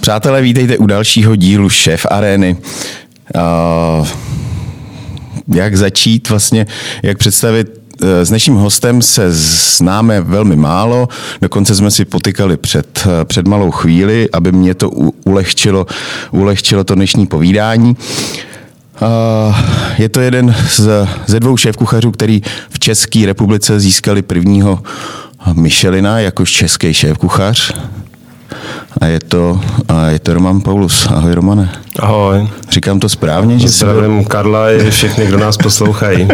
Přátelé, vítejte u dalšího dílu Šéf Arény. Jak začít vlastně, jak představit? S dnešním hostem se známe velmi málo, dokonce jsme si potykali před malou chvíli, aby mě to ulehčilo to dnešní povídání. Je to jeden ze dvou šéfkuchařů, který v České republice získali prvního Michelina jakož český šéfkuchař. A je to Roman Paulus. Ahoj, Romane. Ahoj. Říkám to správně? Že zdravím Karla i všechny, kdo nás poslouchají.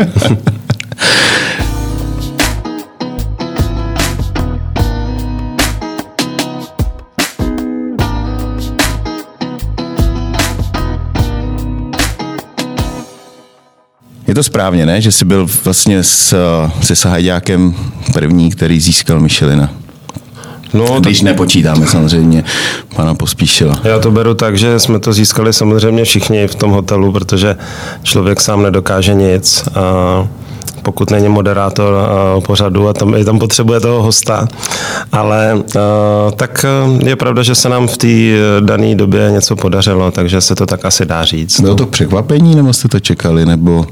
Je to správně, ne? Že jsi byl vlastně se Sahajďákem první, který získal Michelina. No, když nepočítáme samozřejmě pana Pospíšila. Já to beru tak, že jsme to získali samozřejmě všichni v tom hotelu, protože člověk sám nedokáže nic, pokud není moderátor pořadu a tam potřebuje toho hosta. Ale tak je pravda, že se nám v té dané době něco podařilo, takže se to tak asi dá říct. Bylo to překvapení, nebo jste to čekali, nebo...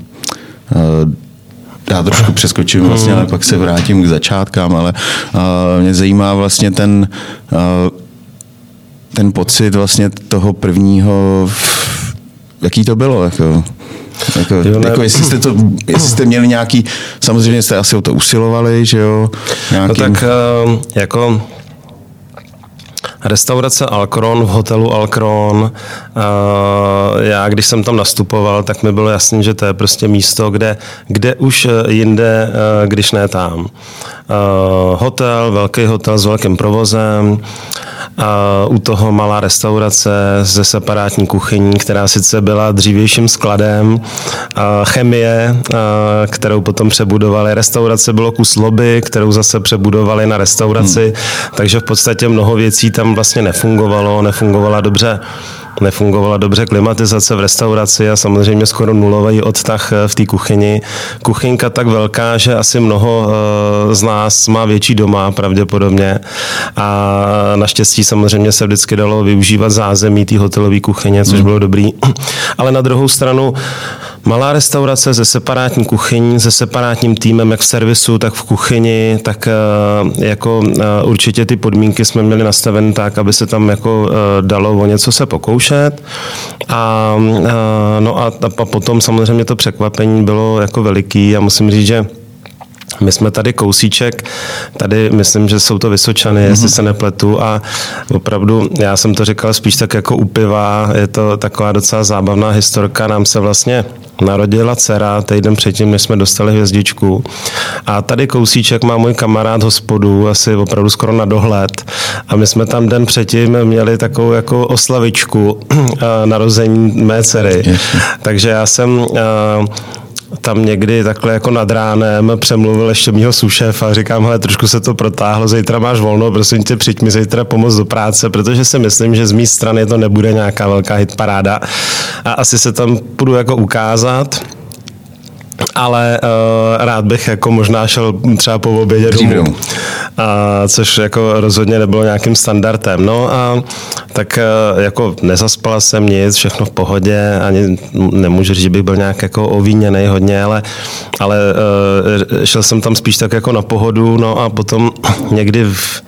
Já trošku přeskočím vlastně, ale pak se vrátím k začátkám, ale mě zajímá vlastně ten pocit vlastně toho jaký to bylo, jestli jste měli nějaký, samozřejmě jste asi o to usilovali, že jo? No tak jako restaurace Alcron v hotelu Alcron. Já, když jsem tam nastupoval, tak mi bylo jasné, že to je prostě místo, kde už jinde, když ne tam. Hotel, velký hotel s velkým provozem, u toho malá restaurace se separátní kuchyní, která sice byla dřívějším skladem, chemie, kterou potom přebudovali. Restaurace bylo kus lobby, kterou zase přebudovali na restauraci, takže v podstatě mnoho věcí tam vlastně nefungovala dobře klimatizace v restauraci a samozřejmě skoro nulový odtah v té kuchyni. Kuchynka tak velká, že asi mnoho z nás má větší doma pravděpodobně a naštěstí samozřejmě se vždycky dalo využívat zázemí té hotelové kuchyně, což bylo dobrý. Ale na druhou stranu malá restaurace se separátní kuchyní, se separátním týmem jak v servisu, tak v kuchyni, tak jako určitě ty podmínky jsme měli nastavené tak, aby se tam jako dalo o něco se pokoušet. A potom samozřejmě to překvapení bylo jako veliký a musím říct, že my jsme tady kousíček, tady myslím, že jsou to Vysočany, jestli se nepletu a opravdu, já jsem to říkal spíš tak jako u piva, je to taková docela zábavná historka, nám se vlastně narodila dcera týden předtím, než jsme dostali hvězdičku. A tady kousíček má můj kamarád hospodu, asi opravdu skoro na dohled. A my jsme tam den předtím měli takovou jako oslavičku narození mé dcery. Takže já jsem tam někdy takhle jako nad ránem přemluvil ještě mýho sušéfa a říkám, hele, trošku se to protáhlo, zítra máš volno, prosím tě, přijď mi zítra pomoct do práce, protože si myslím, že z mé strany to nebude nějaká velká hitparáda a asi se tam půjdu jako ukázat. Ale rád bych jako možná šel třeba po obědě domů, což jako rozhodně nebylo nějakým standardem. No a tak jako nezaspala jsem nic, všechno v pohodě, ani nemůžu říct, že bych byl nějak jako ovíněnej hodně, ale šel jsem tam spíš tak jako na pohodu, no a potom někdy v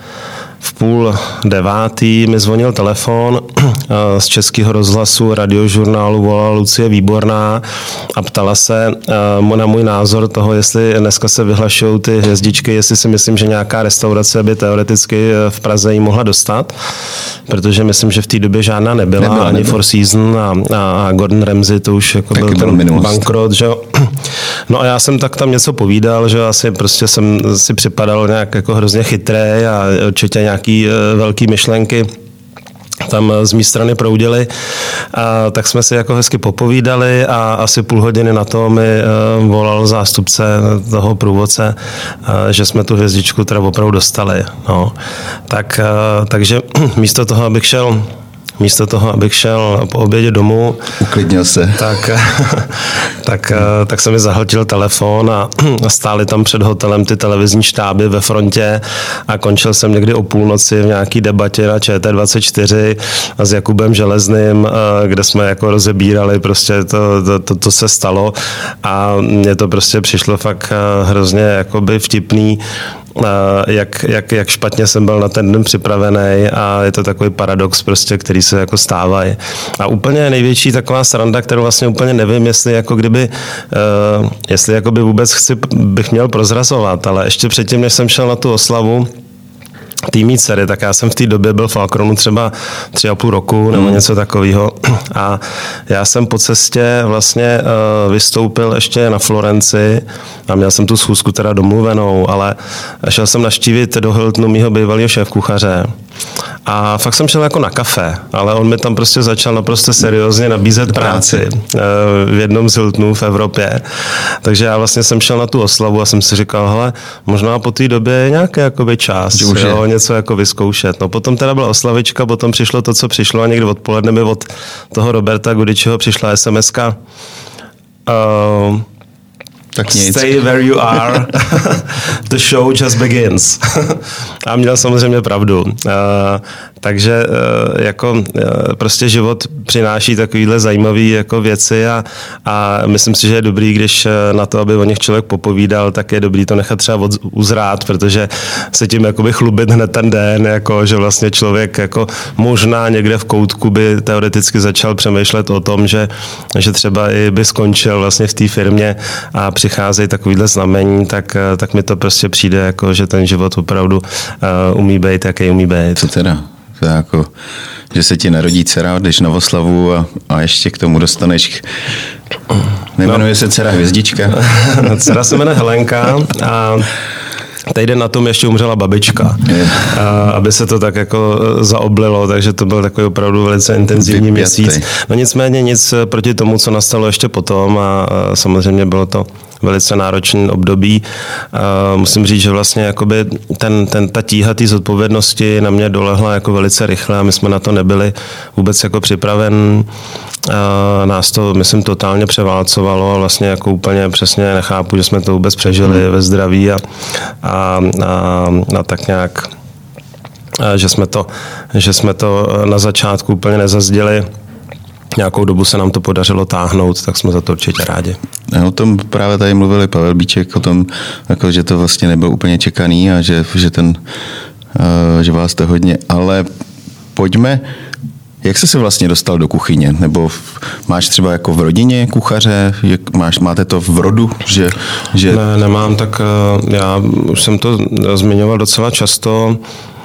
8:30 mi zvonil telefon z Českého rozhlasu, radiožurnálu, volala Lucie Výborná a ptala se na můj názor toho, jestli dneska se vyhlašují ty hvězdičky, jestli si myslím, že nějaká restaurace by teoreticky v Praze jí mohla dostat, protože myslím, že v té době žádná nebyla. Ani Four Seasons a Gordon Ramsay, to už jako byl ten bankrot, že jo. No a já jsem tak tam něco povídal, že asi prostě jsem si připadal nějak jako hrozně chytrý a určitě nějaký velký myšlenky tam z mé strany proudily, tak jsme si jako hezky popovídali a asi půl hodiny na to mi volal zástupce toho průvodce, že jsme tu hvězdičku teda opravdu dostali. No. Takže místo toho, abych šel místo toho, abych šel po obědě domů, uklidnil se. Tak se mi zahltil telefon a stály tam před hotelem ty televizní štáby ve frontě a končil jsem někdy o půlnoci v nějaký debatě na ČT24 a s Jakubem Železným, kde jsme jako rozebírali, prostě to se stalo a mně to prostě přišlo fakt hrozně jakoby vtipný, jak špatně jsem byl na ten den připravený a je to takový paradox prostě, který se jako stávají. A úplně největší taková sranda, kterou vlastně úplně nevím, jestli jako kdyby, jestli jako by vůbec bych měl prozrazovat, ale ještě předtím, než jsem šel na tu oslavu té mý dcery, tak já jsem v té době byl v Alcronu třeba 3,5 roku nebo něco takového a já jsem po cestě vlastně vystoupil ještě na Florenci a měl jsem tu schůzku teda domluvenou, ale šel jsem navštívit do Hiltonu mýho bývalého šéfkuchaře a fakt jsem šel jako na kafe, ale on mi tam prostě začal naprosto seriózně nabízet práci v jednom z Hiltonů v Evropě. Takže já vlastně jsem šel na tu oslavu a jsem si říkal, hele, možná po té době je nějaký jakoby čas, jo, něco jako vyzkoušet. No potom teda byla oslavička, potom přišlo to, co přišlo a někdy odpoledne mi od toho Roberta Gudičiho přišla SMS-ka. Tak nic. Stay where you are. The show just begins. A měl samozřejmě pravdu. Takže jako prostě život přináší takovýhle zajímavý jako věci a myslím si, že je dobrý, když na to, aby o nich člověk popovídal, tak je dobrý to nechat třeba uzrát, protože se tím jakoby chlubit hned ten den, jako, že vlastně člověk jako možná někde v koutku by teoreticky začal přemýšlet o tom, že třeba i by skončil vlastně v té firmě a přicházejí takovýhle znamení, tak mi to prostě přijde, jako, že ten život opravdu umí být, jaký umí být. Co teda? To je jako, že se ti narodí dcera, jdeš na oslavu a ještě k tomu dostaneš... Nejmenuje se dcera Hvězdička? Dcera se jmenuje Helenka a týden na tom ještě umřela babička, aby se to tak jako zaoblilo, takže to byl takový opravdu velice intenzivní měsíc. No nicméně nic proti tomu, co nastalo ještě potom a samozřejmě bylo to velice náročný období. Musím říct, že vlastně jakoby ta tíha té zodpovědnosti na mě dolehla jako velice rychle a my jsme na to nebyli vůbec jako připraven. Nás to, myslím, totálně převálcovalo a vlastně jako úplně přesně nechápu, že jsme to vůbec přežili ve zdraví a tak nějak, že jsme to na začátku úplně nezazděli. Nějakou dobu se nám to podařilo táhnout, tak jsme za to určitě rádi. O tom právě tady mluvili Pavel Bíček, o tom, jako, že to vlastně nebylo úplně čekaný a že vás to hodně, ale pojďme. Jak jsi se vlastně dostal do kuchyně? Nebo máš třeba jako v rodině kuchaře? Máte to v rodu? Že... Ne, nemám, tak já už jsem to zmiňoval docela často.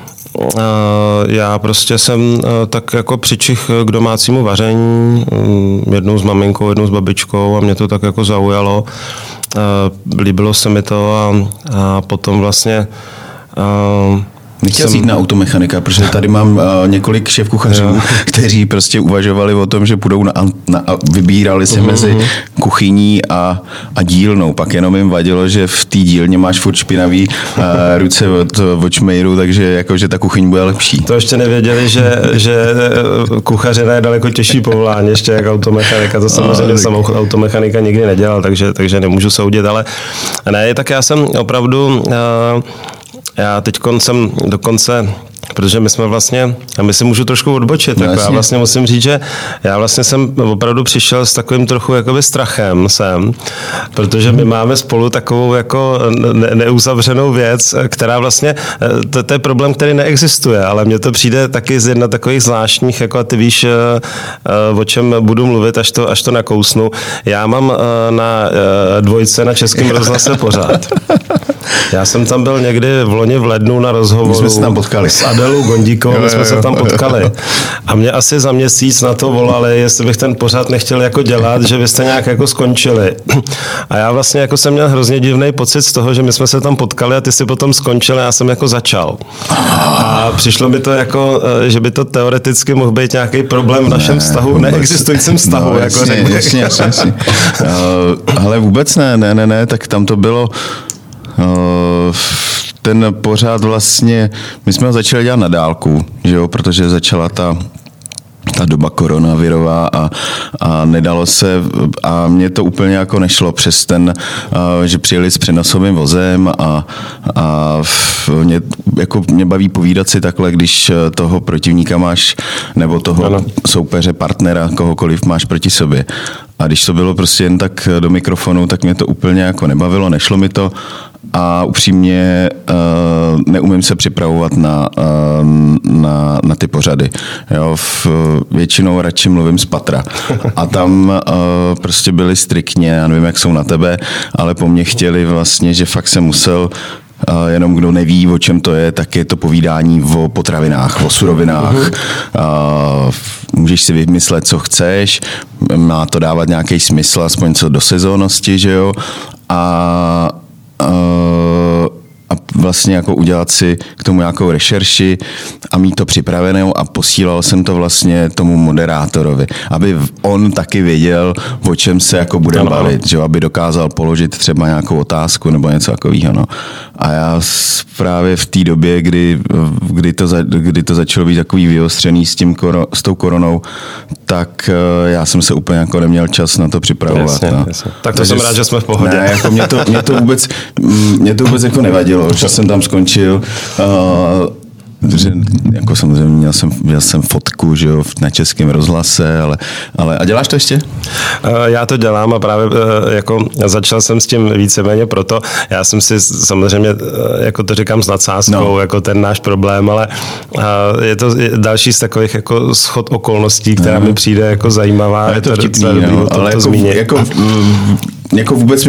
Já prostě jsem tak jako přičich k domácímu vaření, jednou s maminkou, jednou s babičkou a mě to tak jako zaujalo. Líbilo se mi to a potom vlastně... Nechtěl jít na automechanika, protože tady mám několik šéfkuchařů, kteří prostě uvažovali o tom, že půjdou vybírali si mezi kuchyní a dílnou. Pak jenom jim vadilo, že v té dílně máš furt špinavý ruce od šmejru, takže jakože ta kuchyň bude lepší. To ještě nevěděli, že kuchařina je daleko těžší povolání, ještě jak automechanika. To samozřejmě jsem automechanika nikdy nedělal, takže nemůžu soudit, ale ne, tak já jsem opravdu... Já teď jsem dokonce, protože my si můžu trošku odbočit, tak já vlastně musím říct, že já vlastně jsem opravdu přišel s takovým trochu jakoby strachem protože my máme spolu takovou jako neuzavřenou věc, která vlastně, to je problém, který neexistuje, ale mně to přijde taky z jedna takových zvláštních, jako a ty víš, o čem budu mluvit, až to nakousnu. Já mám na dvojce na Českém rozhlase pořád. Já jsem tam byl někdy v loni v lednu na rozhovoru. My jsme se tam potkali. S Adelou Gondíkovou, my jsme se tam potkali. A mě asi za měsíc na to volali, jestli bych ten pořád nechtěl jako dělat, že byste nějak jako skončili. A já vlastně jako jsem měl hrozně divný pocit z toho, že my jsme se tam potkali a ty si potom skončil a já jsem jako začal. A přišlo mi to jako, že by to teoreticky mohl být nějaký problém v našem vztahu, neexistujícím vztahu. No, jako jasně. Ale vůbec ne, tak tam to bylo... Ten pořád vlastně, my jsme ho začali dělat na dálku, že jo, protože začala ta ta doba koronavirová a nedalo se, a mně to úplně jako nešlo přes ten, že přijeli s přenosovým vozem a mě baví povídat si takhle, když toho protivníka máš, nebo toho soupeře, partnera, kohokoliv máš proti sobě. A když to bylo prostě jen tak do mikrofonu, tak mě to úplně jako nebavilo, nešlo mi to a upřímně neumím se připravovat na ty pořady. Jo, většinou radši mluvím z patra. A tam prostě byli striktně, já nevím, jak jsou na tebe, ale po mně chtěli vlastně, že fakt jsem musel, jenom kdo neví, o čem to je, tak je to povídání o potravinách, o surovinách. Můžeš si vymyslet, co chceš, má to dávat nějaký smysl, aspoň co do sezónnosti, že jo. A vlastně jako udělat si k tomu nějakou rešerši a mít to připravenou a posílal jsem to vlastně tomu moderátorovi, aby on taky věděl, o čem se jako bude bavit, že aby dokázal položit třeba nějakou otázku nebo něco takového. No. A já právě v té době, kdy to začalo být takový vyostřený s tou koronou, tak já jsem se úplně jako neměl čas na to připravovat. Jasně, no. jasně. Tak to jsem rád, že jsme v pohodě. Ne, jako mě to vůbec jako nevadilo, že jsem tam skončil. Že jako samozřejmě měl jsem fotku, že jo, na Českém rozhlase, ale a děláš to ještě? Já to dělám a právě jako začal jsem s tím víceméně proto. Já jsem si samozřejmě, jako to říkám s nadsázkou, jako ten náš problém, ale je to další z takových jako schod okolností, která mi přijde jako zajímavá. Ale je to vtipný, ale jako vůbec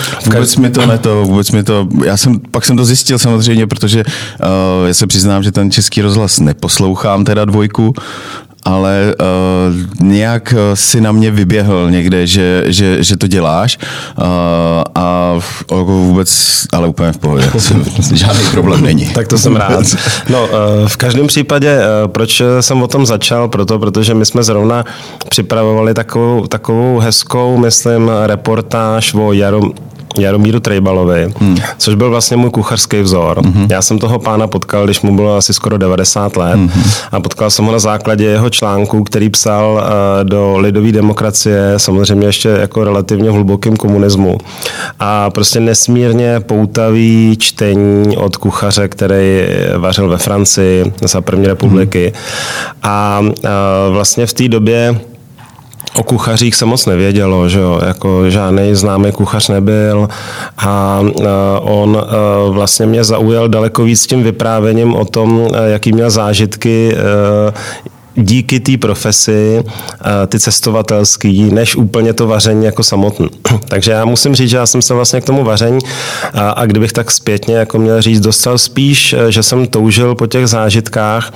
mi to, pak jsem to zjistil samozřejmě, protože já se přiznám, že ten Český rozhlas neposlouchám teda dvojku, ale nějak si na mě vyběhl někde, že to děláš a vůbec, ale úplně v pohodě. Žádný problém není. Tak to jsem rád. No, v každém případě, proč jsem o tom začal? Protože my jsme zrovna připravovali takovou hezkou, myslím, reportáž o Jaromíru Trejbalovi, což byl vlastně můj kuchařský vzor. Já jsem toho pána potkal, když mu bylo asi skoro 90 let a potkal jsem ho na základě jeho článku, který psal do Lidové demokracie, samozřejmě ještě jako relativně v hlubokém komunismu. A prostě nesmírně poutavý čtení od kuchaře, který vařil ve Francii za první republiky. A vlastně v té době o kuchařích se moc nevědělo, že jo, jako žádný známý kuchař nebyl a on vlastně mě zaujal daleko víc tím vyprávěním o tom, jaký měl zážitky díky té profesi, ty cestovatelský, než úplně to vaření jako samotný. Takže já musím říct, že já jsem se vlastně k tomu vaření a kdybych tak zpětně jako měl říct, dostal spíš, že jsem toužil po těch zážitkách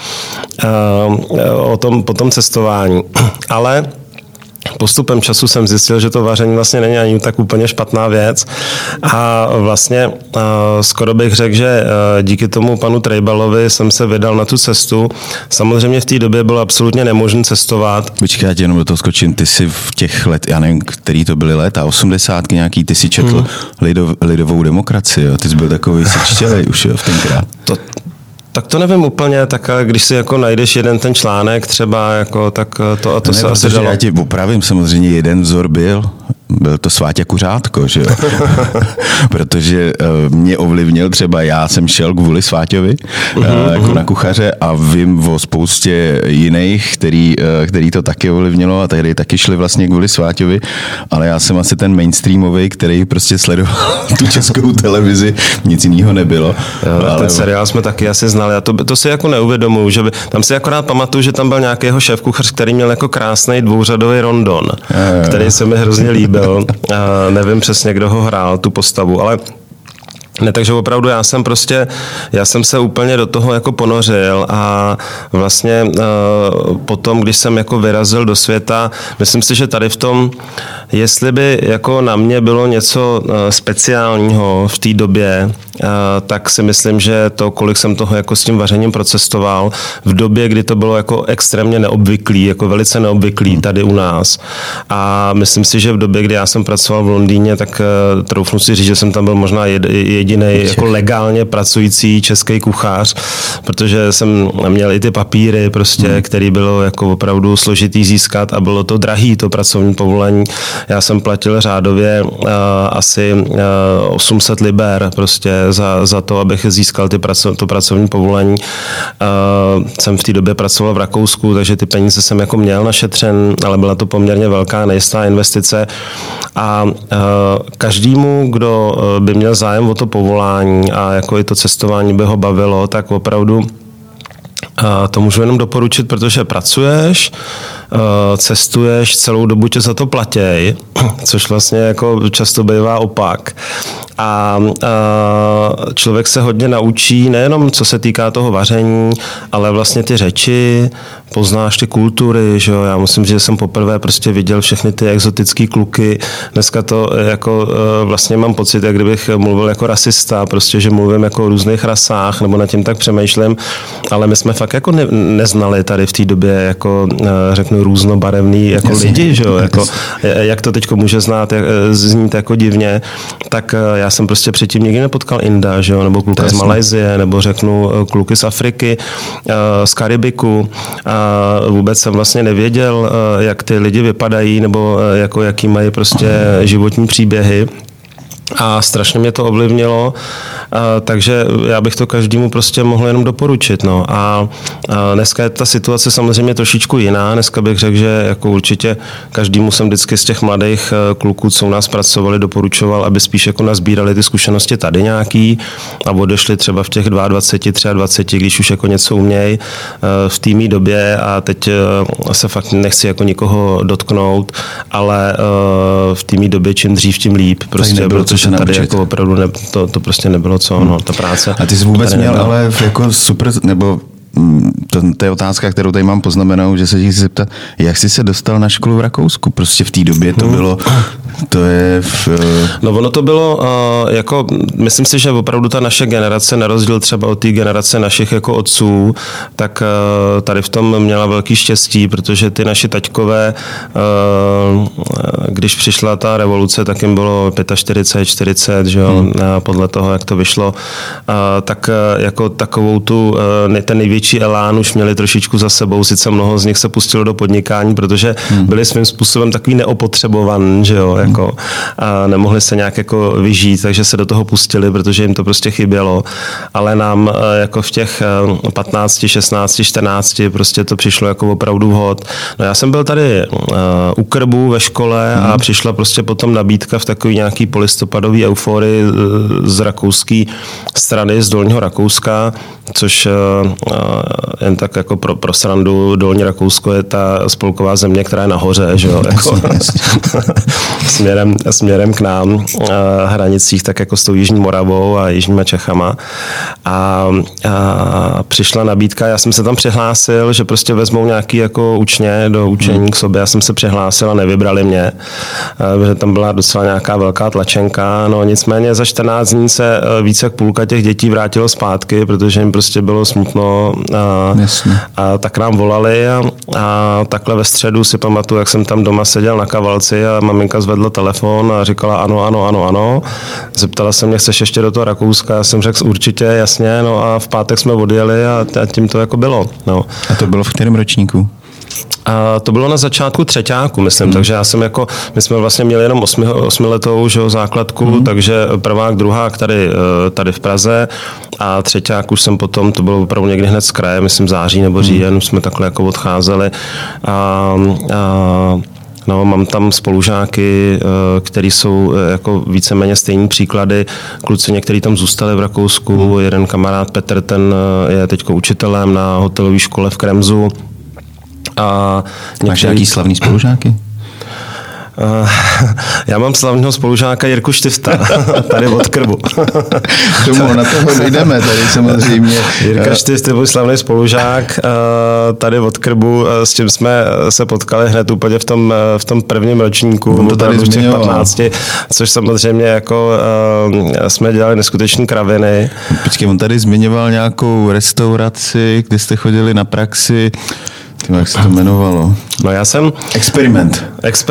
po tom cestování. Ale postupem času jsem zjistil, že to vaření vlastně není ani tak úplně špatná věc a vlastně skoro bych řekl, že díky tomu panu Trejbalovi jsem se vydal na tu cestu. Samozřejmě v té době bylo absolutně nemožné cestovat. Počkej, já tě jenom do toho skočím. Ty jsi v těch já nevím, který to byly léta, 80 nějaký, ty jsi četl Lidovou demokracii, jo? Ty jsi byl takový sečtělej už jo, v tenkrát. Tak to nevím úplně, tak když si jako najdeš jeden ten článek třeba, jako, tak to a to se asi dalo. Já ti opravím, samozřejmě jeden vzor byl to Sváťa Kuřátko, že jo? Protože mě ovlivnil třeba, já jsem šel kvůli Sváťovi jako na kuchaře a vím o spoustě jiných, který to taky ovlivnilo a tehdy taky šli vlastně kvůli Sváťovi, ale já jsem asi ten mainstreamový, který prostě sledoval tu českou televizi, nic jiného nebylo. Jo, ale ten seriál jsme taky asi znali a to si jako neuvědomuji, že tam si akorát pamatuju, že tam byl nějakýho šéfkuchař, který měl jako krásný dvouřadový rondon, který se mi hrozně líbil. Nevím přesně, kdo ho hrál, tu postavu, ale ne, takže opravdu já jsem se úplně do toho jako ponořil a vlastně potom, když jsem jako vyrazil do světa, myslím si, že tady v tom, jestli by jako na mě bylo něco speciálního v té době, tak si myslím, že to, kolik jsem toho jako s tím vařením procestoval, v době, kdy to bylo jako extrémně neobvyklý, jako velice neobvyklý tady u nás. A myslím si, že v době, kdy já jsem pracoval v Londýně, tak troufnu si říct, že jsem tam byl možná jediný jako legálně pracující český kuchař, protože jsem měl i ty papíry, prostě, který bylo jako opravdu složitý získat a bylo to drahý, to pracovní povolení. Já jsem platil řádově asi 800 liber prostě za to, abych získal to pracovní povolení. Jsem v té době pracoval v Rakousku, takže ty peníze jsem jako měl našetřen, ale byla to poměrně velká nejistá investice a každému, kdo by měl zájem o to povolání a jako i to cestování by ho bavilo, tak opravdu to můžu jenom doporučit, protože pracuješ, cestuješ, celou dobu tě za to platěj, což vlastně jako často bývá opak. A člověk se hodně naučí, nejenom co se týká toho vaření, ale vlastně ty řeči, poznáš ty kultury, že jo? Já musím říct, že jsem poprvé prostě viděl všechny ty exotické kluky. Dneska to jako vlastně mám pocit, jak kdybych mluvil jako rasista, prostě, že mluvím jako o různých rasách, nebo nad tím tak přemýšlím, ale my jsme fakt jako neznali tady v té době jako řeknu různobarevný jako lidi, že jo? Jako, jak to teďko může znít jako divně, tak já jsem prostě předtím nikdy nepotkal Inda, že jo? Nebo kluka z Malajsie, nebo řeknu kluky z Afriky, z Karibiku. A vůbec jsem vlastně nevěděl, jak ty lidi vypadají, nebo jako jaký mají prostě životní příběhy. A strašně mě to ovlivnilo, takže já bych to každému prostě mohl jenom doporučit. No. A dneska je ta situace samozřejmě trošičku jiná. Dneska bych řekl, že jako určitě každému jsem vždycky z těch mladých kluků, co u nás pracovali, doporučoval, aby spíš jako nazbírali ty zkušenosti tady nějaký a odešli třeba v těch 22, 23, když už jako něco umějí v té mý době a teď se fakt nechci jako nikoho dotknout, ale v té mý době čím dřív, tím líp. Prostě, protože tady jako opravdu to prostě nebylo co, no, ta práce. A ty jsi vůbec měl nebyla. Ale jako super, nebo to je otázka, kterou tady mám poznamenou, že se ti chci zeptat, jak jsi se dostal na školu v Rakousku? Prostě v té době to bylo, to je... No ono to bylo, jako, myslím si, že opravdu ta naše generace, na rozdíl třeba od té generace našich jako otců, tak tady v tom měla velký štěstí, protože ty naši taťkové, když přišla ta revoluce, tak jim bylo 45, 40, že jo, podle toho, jak to vyšlo, tak jako takovou ten největší elán už měli trošičku za sebou, sice mnoho z nich se pustilo do podnikání, protože byli svým způsobem takový neopotřebovaný, že jo, jako a nemohli se nějak jako vyžít, takže se do toho pustili, protože jim to prostě chybělo, ale nám jako v těch 15, 16, 14 prostě to přišlo jako opravdu vhod. No já jsem byl tady u Krbu ve škole a přišla prostě potom nabídka v takový nějaký polistopadový euforii z rakouské strany, z Dolního Rakouska, což jen tak jako pro srandu, Dolní Rakousko je ta spolková země, která je nahoře, že jo, jako směrem k nám, hranicích, tak jako s tou Jižní Moravou a Jižníma Čechama. A přišla nabídka, já jsem se tam přihlásil, že prostě vezmou nějaký jako učně do učení k sobě, já jsem se přihlásil a nevybrali mě, protože tam byla docela nějaká velká tlačenka, no nicméně za 14 dní se více jak půlka těch dětí vrátilo zpátky, protože jim prostě bylo smutno a tak nám volali a takhle ve středu si pamatuju, jak jsem tam doma seděl na kavalci a maminka zvedla telefon a říkala ano. Zeptala se mě, chceš ještě do toho Rakouska? Já jsem řekl určitě, jasně, no a v pátek jsme odjeli a tím to jako bylo. No. A to bylo v kterém ročníku? A to bylo na začátku třeťáku, myslím, takže já jsem jako, my jsme vlastně měli jenom 8letou, že jo, základku, takže prvák, druhák tady v Praze a třeťák už jsem potom, to bylo opravdu někdy hned z kraje, myslím září nebo říjen, už jsme takhle jako odcházeli no, mám tam spolužáky, který jsou jako víceméně stejný příklady. Kluci někteří tam zůstali v Rakousku, jeden kamarád Petr, ten je teďko učitelem na hotelové škole v Kremzu. Máš nějaký slavný spolužáky? Já mám slavného spolužáka Jirku Štifta, tady od Krbu. Na toho dojdeme tady samozřejmě. Jirka Štift je můj slavný spolužák tady od Krbu, s tím jsme se potkali hned úplně v tom prvním ročníku, on to tady v těch 15, což samozřejmě jako jsme dělali neskutečné kraviny. Počkej, on tady zmiňoval nějakou restauraci, kde jste chodili na praxi. Jak se to jmenovalo? No já jsem... Experiment.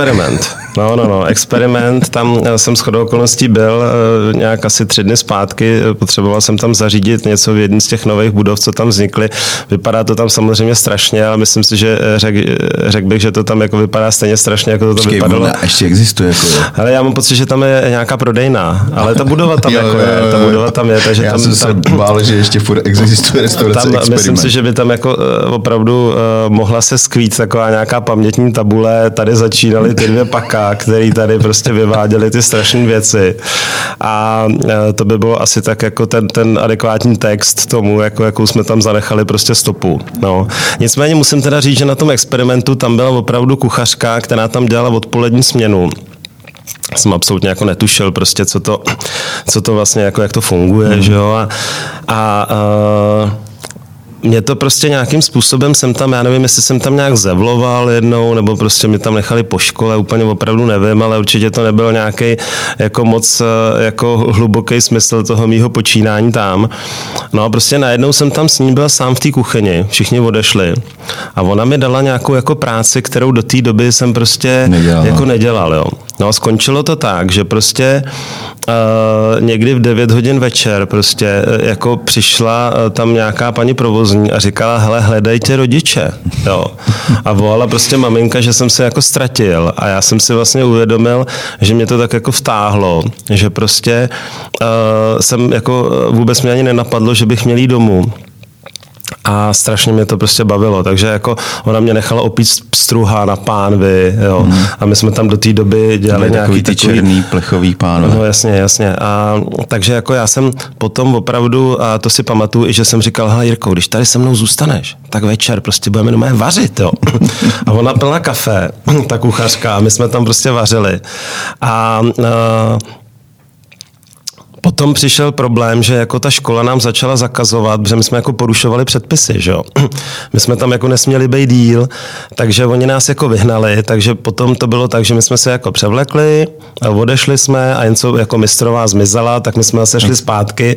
Experiment. Tam jsem shodou okolností byl nějak asi 3 dny zpátky. Potřeboval jsem tam zařídit něco v jedné z těch nových budov, co tam vznikly. Vypadá to tam samozřejmě strašně, ale myslím si, že řekl bych, že to tam jako vypadá stejně strašně, jako to vypadalo. Ona ještě existuje. Jako je. Ale já mám pocit, že tam je nějaká prodejná, ale ta budova tam jo, je. Ta budova tam je, takže já tam... jsem se bál, že ještě furt existuje restaurace Experiment. Myslím si, že by tam jako opravdu mohla se skvít taková nějaká pamětní tabule. Tady začínaly ty 2 paka, který tady prostě vyváděli ty strašné věci. A to by bylo asi tak jako ten adekvátní text tomu, jakou jsme tam zanechali prostě stopu. No. Nicméně musím teda říct, že na tom Experimentu tam byla opravdu kuchařka, která tam dělala odpolední směnu. Jsem absolutně jako netušil prostě, co to vlastně jako, jak to funguje, že jo. A mě to prostě nějakým způsobem jsem tam, já nevím, jestli jsem tam nějak zevloval jednou, nebo prostě mě tam nechali po škole, úplně opravdu nevím, ale určitě to nebyl nějaký jako moc jako hluboký smysl toho mýho počínání tam. No a prostě najednou jsem tam s ní byl sám v té kuchyni, všichni odešli a ona mi dala nějakou jako práci, kterou do té doby jsem prostě jako nedělal, jo. No a skončilo to tak, že prostě někdy v 9 hodin večer prostě jako přišla tam nějaká paní provozní a říkala, hele, hledejte rodiče, jo. A volala prostě maminka, že jsem se jako ztratil a já jsem si vlastně uvědomil, že mě to tak jako vtáhlo, že prostě jsem jako vůbec mě ani nenapadlo, že bych měl jít domů. A strašně mě to prostě bavilo, takže jako ona mě nechala opít pstruha na pánvi, jo. A my jsme tam do té doby dělali nějaký ty černý plechový pánve. No jasně. A takže jako já jsem potom opravdu, a to si pamatuju, i že jsem říkal, hele Jirko, když tady se mnou zůstaneš, tak večer prostě budeme doma vařit, jo. A ona plná kafe, ta kuchařka, a my jsme tam prostě vařili. A potom přišel problém, že jako ta škola nám začala zakazovat, protože my jsme jako porušovali předpisy, že jo. My jsme tam jako nesměli být díl, takže oni nás jako vyhnali, takže potom to bylo tak, že my jsme se jako převlekli, a odešli jsme a jen co jako mistrová zmizela, tak my jsme zase šli zpátky.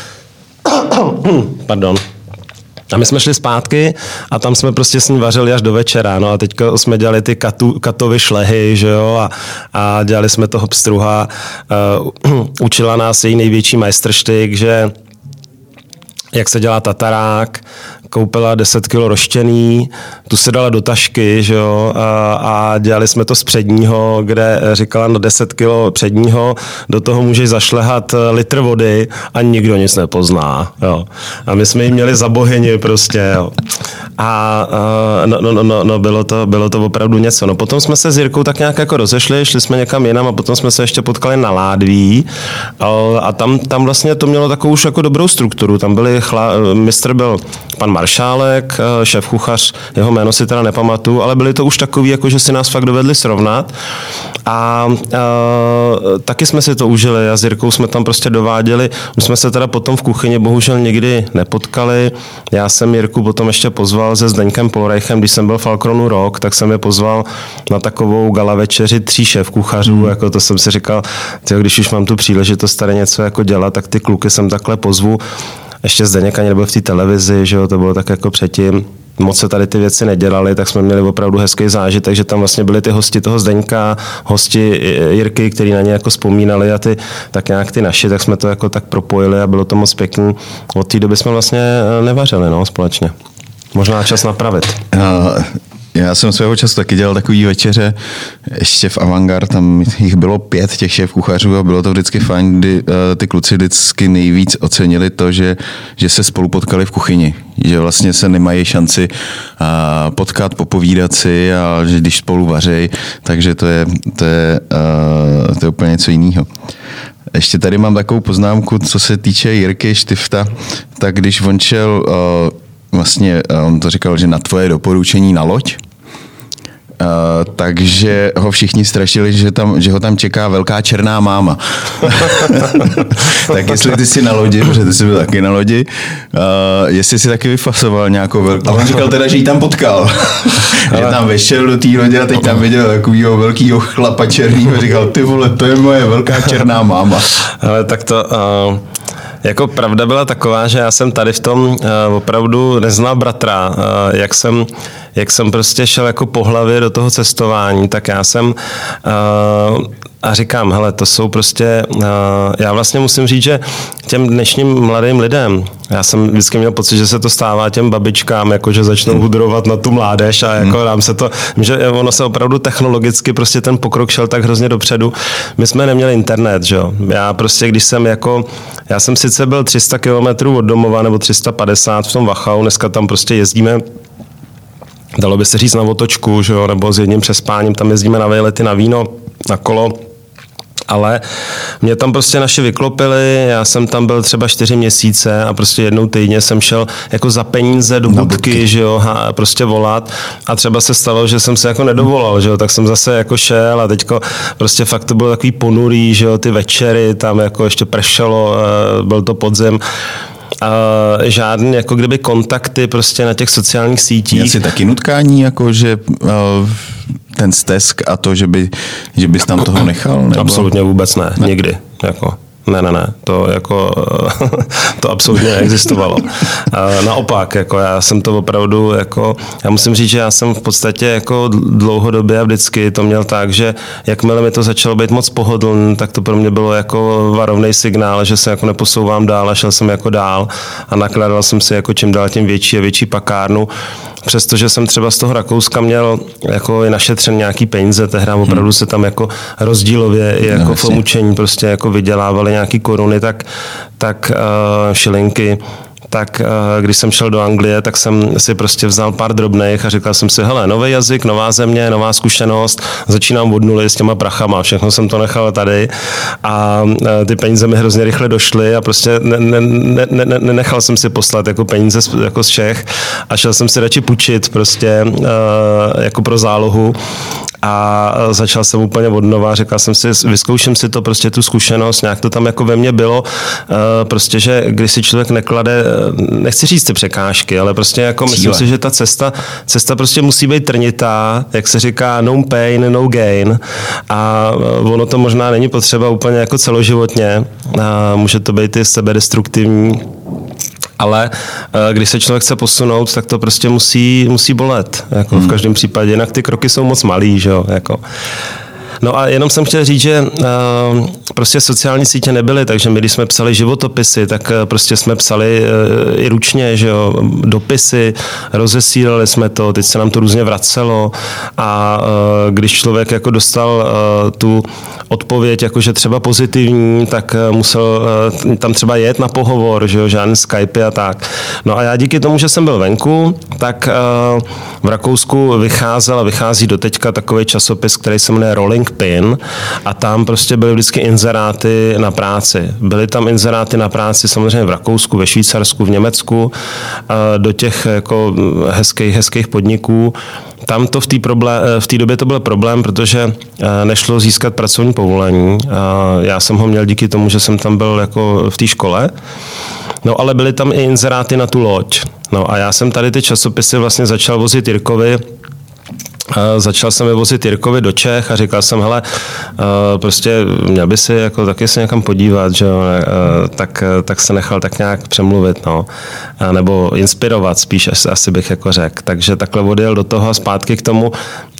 Pardon. A my jsme šli zpátky a tam jsme prostě s ní vařili až do večera. No a teďka jsme dělali ty katovy šlehy, že jo, a dělali jsme toho pstruha. Učila nás její největší majstrštyk, že jak se dělá tatarák, koupila 10 kilo roštěný, tu se dala do tašky, že jo, a dělali jsme to z předního, kde říkala na 10 kilo předního, do toho můžeš zašlehat litr vody a nikdo nic nepozná, jo. A my jsme ji měli za bohyni prostě, jo. A bylo to opravdu něco. No potom jsme se s Jirkou tak nějak jako rozešli, šli jsme někam jinam a potom jsme se ještě potkali na Ládví a tam vlastně to mělo takovou už jako dobrou strukturu. Tam byli mistr byl pan Maršálek, šéf kuchař, jeho jméno si teda nepamatuju, ale byli to už takový, jako že si nás fakt dovedli srovnat. A taky jsme si to užili a s Jirkou jsme tam prostě dováděli. My jsme se teda potom v kuchyni bohužel nikdy nepotkali. Já jsem Jirku potom ještě pozval se Zdeňkem Polreichem, když jsem byl v Alkronu rok, tak jsem je pozval na takovou gala večeři 3 šéf kuchařů. Jako to jsem si říkal, když už mám tu příležitost tady něco jako dělat, tak ty kluky jsem takhle pozvu. Ještě Zdeněk ani nebyl v té televizi, že jo, to bylo tak jako předtím. Moc se tady ty věci nedělaly, tak jsme měli opravdu hezký zážitek, že tam vlastně byli ty hosti toho Zdeňka, hosti Jirky, kteří na ně jako vzpomínali a tak nějak ty naši, tak jsme to jako tak propojili a bylo to moc pěkný. Od té doby jsme vlastně nevařili, no, společně. Možná čas napravit. Já jsem svého času taky dělal takový večeře, ještě v Avantgarde, tam jich bylo 5 těch šéf kuchařů a bylo to vždycky fajn, kdy ty kluci vždycky nejvíc ocenili to, že se spolu potkali v kuchyni, že vlastně se nemají šanci potkat, popovídat si a že když spolu vařejí, takže to je úplně něco jiného. Ještě tady mám takovou poznámku, co se týče Jirky Štifta, tak když on šel, vlastně on to říkal, že na tvoje doporučení na loď, takže ho všichni strašili, že ho tam čeká velká černá máma. Tak jestli ty jsi na lodi, protože ty jsi byl taky na lodi, jestli jsi taky vyfasoval nějakou velkou... A on říkal teda, že ji tam potkal. Že tam vešel do té lodi a teď tam viděl takovýho velkýho chlapa černýho a říkal, ty vole, to je moje velká černá máma. Ale tak to... Jako pravda byla taková, že já jsem tady v tom opravdu neznal bratra. Jak jsem prostě šel jako po hlavě do toho cestování, tak já jsem a říkám, hele, to jsou prostě, já vlastně musím říct, že těm dnešním mladým lidem, já jsem vždycky měl pocit, že se to stává těm babičkám, jako že začnou hudrovat na tu mládež a jako nám se to, že ono se opravdu technologicky prostě ten pokrok šel tak hrozně dopředu. My jsme neměli internet, že jo. Já prostě, já jsem sice byl 300 kilometrů od domova, nebo 350 v tom Wachau, dneska tam prostě jezdíme, dalo by se říct na otočku, že jo, nebo s jedním přespáním, tam jezdíme na vejlety, na víno, na kolo, ale mě tam prostě naši vyklopili, já jsem tam byl třeba 4 měsíce a prostě jednou týdně jsem šel jako za peníze do budky, že jo, a prostě volat a třeba se stalo, že jsem se jako nedovolal, že jo, tak jsem zase jako šel a teďko prostě fakt to bylo takový ponurý, že jo, ty večery, tam jako ještě pršelo, byl to podzim. Žádný jako kdyby kontakty prostě na těch sociálních sítích. Měl jsi taky nutkání, jako že ten stesk a to, že bys tam toho nechal? Nebo? Absolutně vůbec ne. Nikdy. Jako. Ne, to absolutně neexistovalo. Naopak, jako já jsem to opravdu, jako, já musím říct, že já jsem v podstatě jako dlouhodobě a vždycky to měl tak, že jakmile mi to začalo být moc pohodlný, tak to pro mě bylo jako varovný signál, že se jako neposouvám dál a šel jsem jako dál a nakládal jsem si jako čím dál tím větší a větší pakárnu. Přestože jsem třeba z toho Rakouska měl jako i našetřen nějaký peníze, tehdy opravdu se tam jako rozdílově i jako v umučení prostě jako vydělávali nějaký koruny, tak šilinky. Tak když jsem šel do Anglie, tak jsem si prostě vzal pár drobných a říkal jsem si, hele, nový jazyk, nová země, nová zkušenost, začínám od nuly s těma prachama, všechno jsem to nechal tady a ty peníze mi hrozně rychle došly a prostě nenechal jsem si poslat jako peníze jako z Čech a šel jsem si radši půjčit prostě jako pro zálohu. A začal jsem úplně od nova, říkal jsem si, vyzkouším si to, prostě tu zkušenost, nějak to tam jako ve mně bylo, prostě, že když si člověk neklade, nechci říct ty překážky, ale prostě jako myslím si, že ta cesta prostě musí být trnitá, jak se říká, no pain, no gain a ono to možná není potřeba úplně jako celoživotně, a může to být i sebedestruktivní, ale když se člověk chce posunout, tak to prostě musí bolet. Jako v každém případě. Jinak ty kroky jsou moc malý, že jo. Jako. No a jenom jsem chtěl říct, že prostě sociální sítě nebyly, takže my, když jsme psali životopisy, tak prostě jsme psali i ručně, že jo, dopisy, rozesílali jsme to, teď se nám to různě vracelo a když člověk jako dostal tu odpověď, jakože třeba pozitivní, tak musel tam třeba jet na pohovor, že jo, žádný Skype a tak. No a já díky tomu, že jsem byl venku, tak v Rakousku vycházel a vychází doteďka takový časopis, který se jmenuje Rolling Pin a tam prostě byly vždycky inzeráty na práci. Byly tam inzeráty na práci samozřejmě v Rakousku, ve Švýcarsku, v Německu, do těch jako hezkých podniků. Tam to v té době to byl problém, protože nešlo získat pracovní povolení. Já jsem ho měl díky tomu, že jsem tam byl jako v té škole. No ale byly tam i inzeráty na tu loď. No a já jsem tady ty časopisy vlastně začal vozit Jirkovi. Začal jsem je vozit Jirkovi do Čech a říkal jsem, hele, prostě měl by si jako taky se někam podívat, že jo, tak se nechal tak nějak přemluvit, no, nebo inspirovat spíš, asi bych jako řekl. Takže takhle odjel do toho a zpátky k tomu,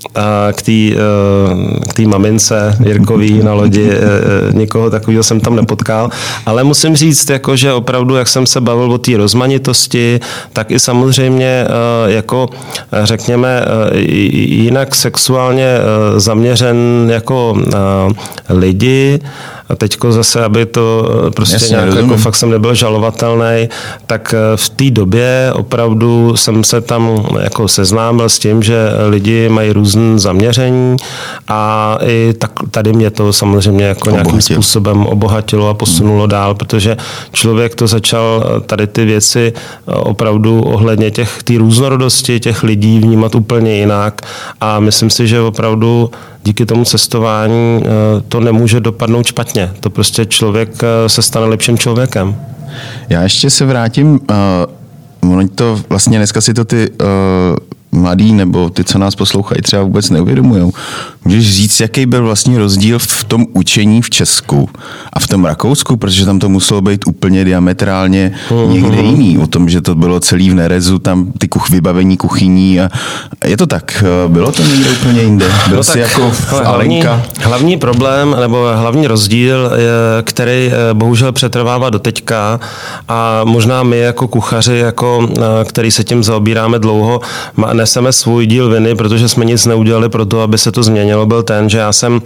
k té mamince Jirkový na lodi, nikoho takového jsem tam nepotkal, ale musím říct, jako, že opravdu, jak jsem se bavil o té rozmanitosti, tak i samozřejmě jako řekněme jinak sexuálně zaměřen jako lidi A teďko zase, aby to prostě jasně, nějak jako fakt jsem nebyl žalovatelný, tak v té době opravdu jsem se tam jako seznámil s tím, že lidi mají různé zaměření a i tak tady mě to samozřejmě jako nějakým způsobem obohatilo a posunulo dál, protože člověk to začal tady ty věci opravdu ohledně té různorodosti těch lidí vnímat úplně jinak a myslím si, že opravdu díky tomu cestování to nemůže dopadnout špatně. To prostě člověk se stane lepším člověkem. Já ještě se vrátím, ono to vlastně dneska si to ty mladí nebo ty, co nás poslouchají, třeba vůbec neuvědomujou. Můžeš říct, jaký byl vlastně rozdíl v tom učení v Česku a v tom Rakousku, protože tam to muselo být úplně diametrálně někde jiný. O tom, že to bylo celý v nerezu, tam ty vybavení kuchyní a je to tak. Bylo to někde úplně jinde? Byl jsi jako Alenka? Hlavní problém nebo hlavní rozdíl, který bohužel přetrvává do teďka a možná my jako kuchaři, jako, který se tím zaobíráme dlouho, neseme svůj díl viny, protože jsme nic neudělali pro to, aby se to změnilo, byl ten, že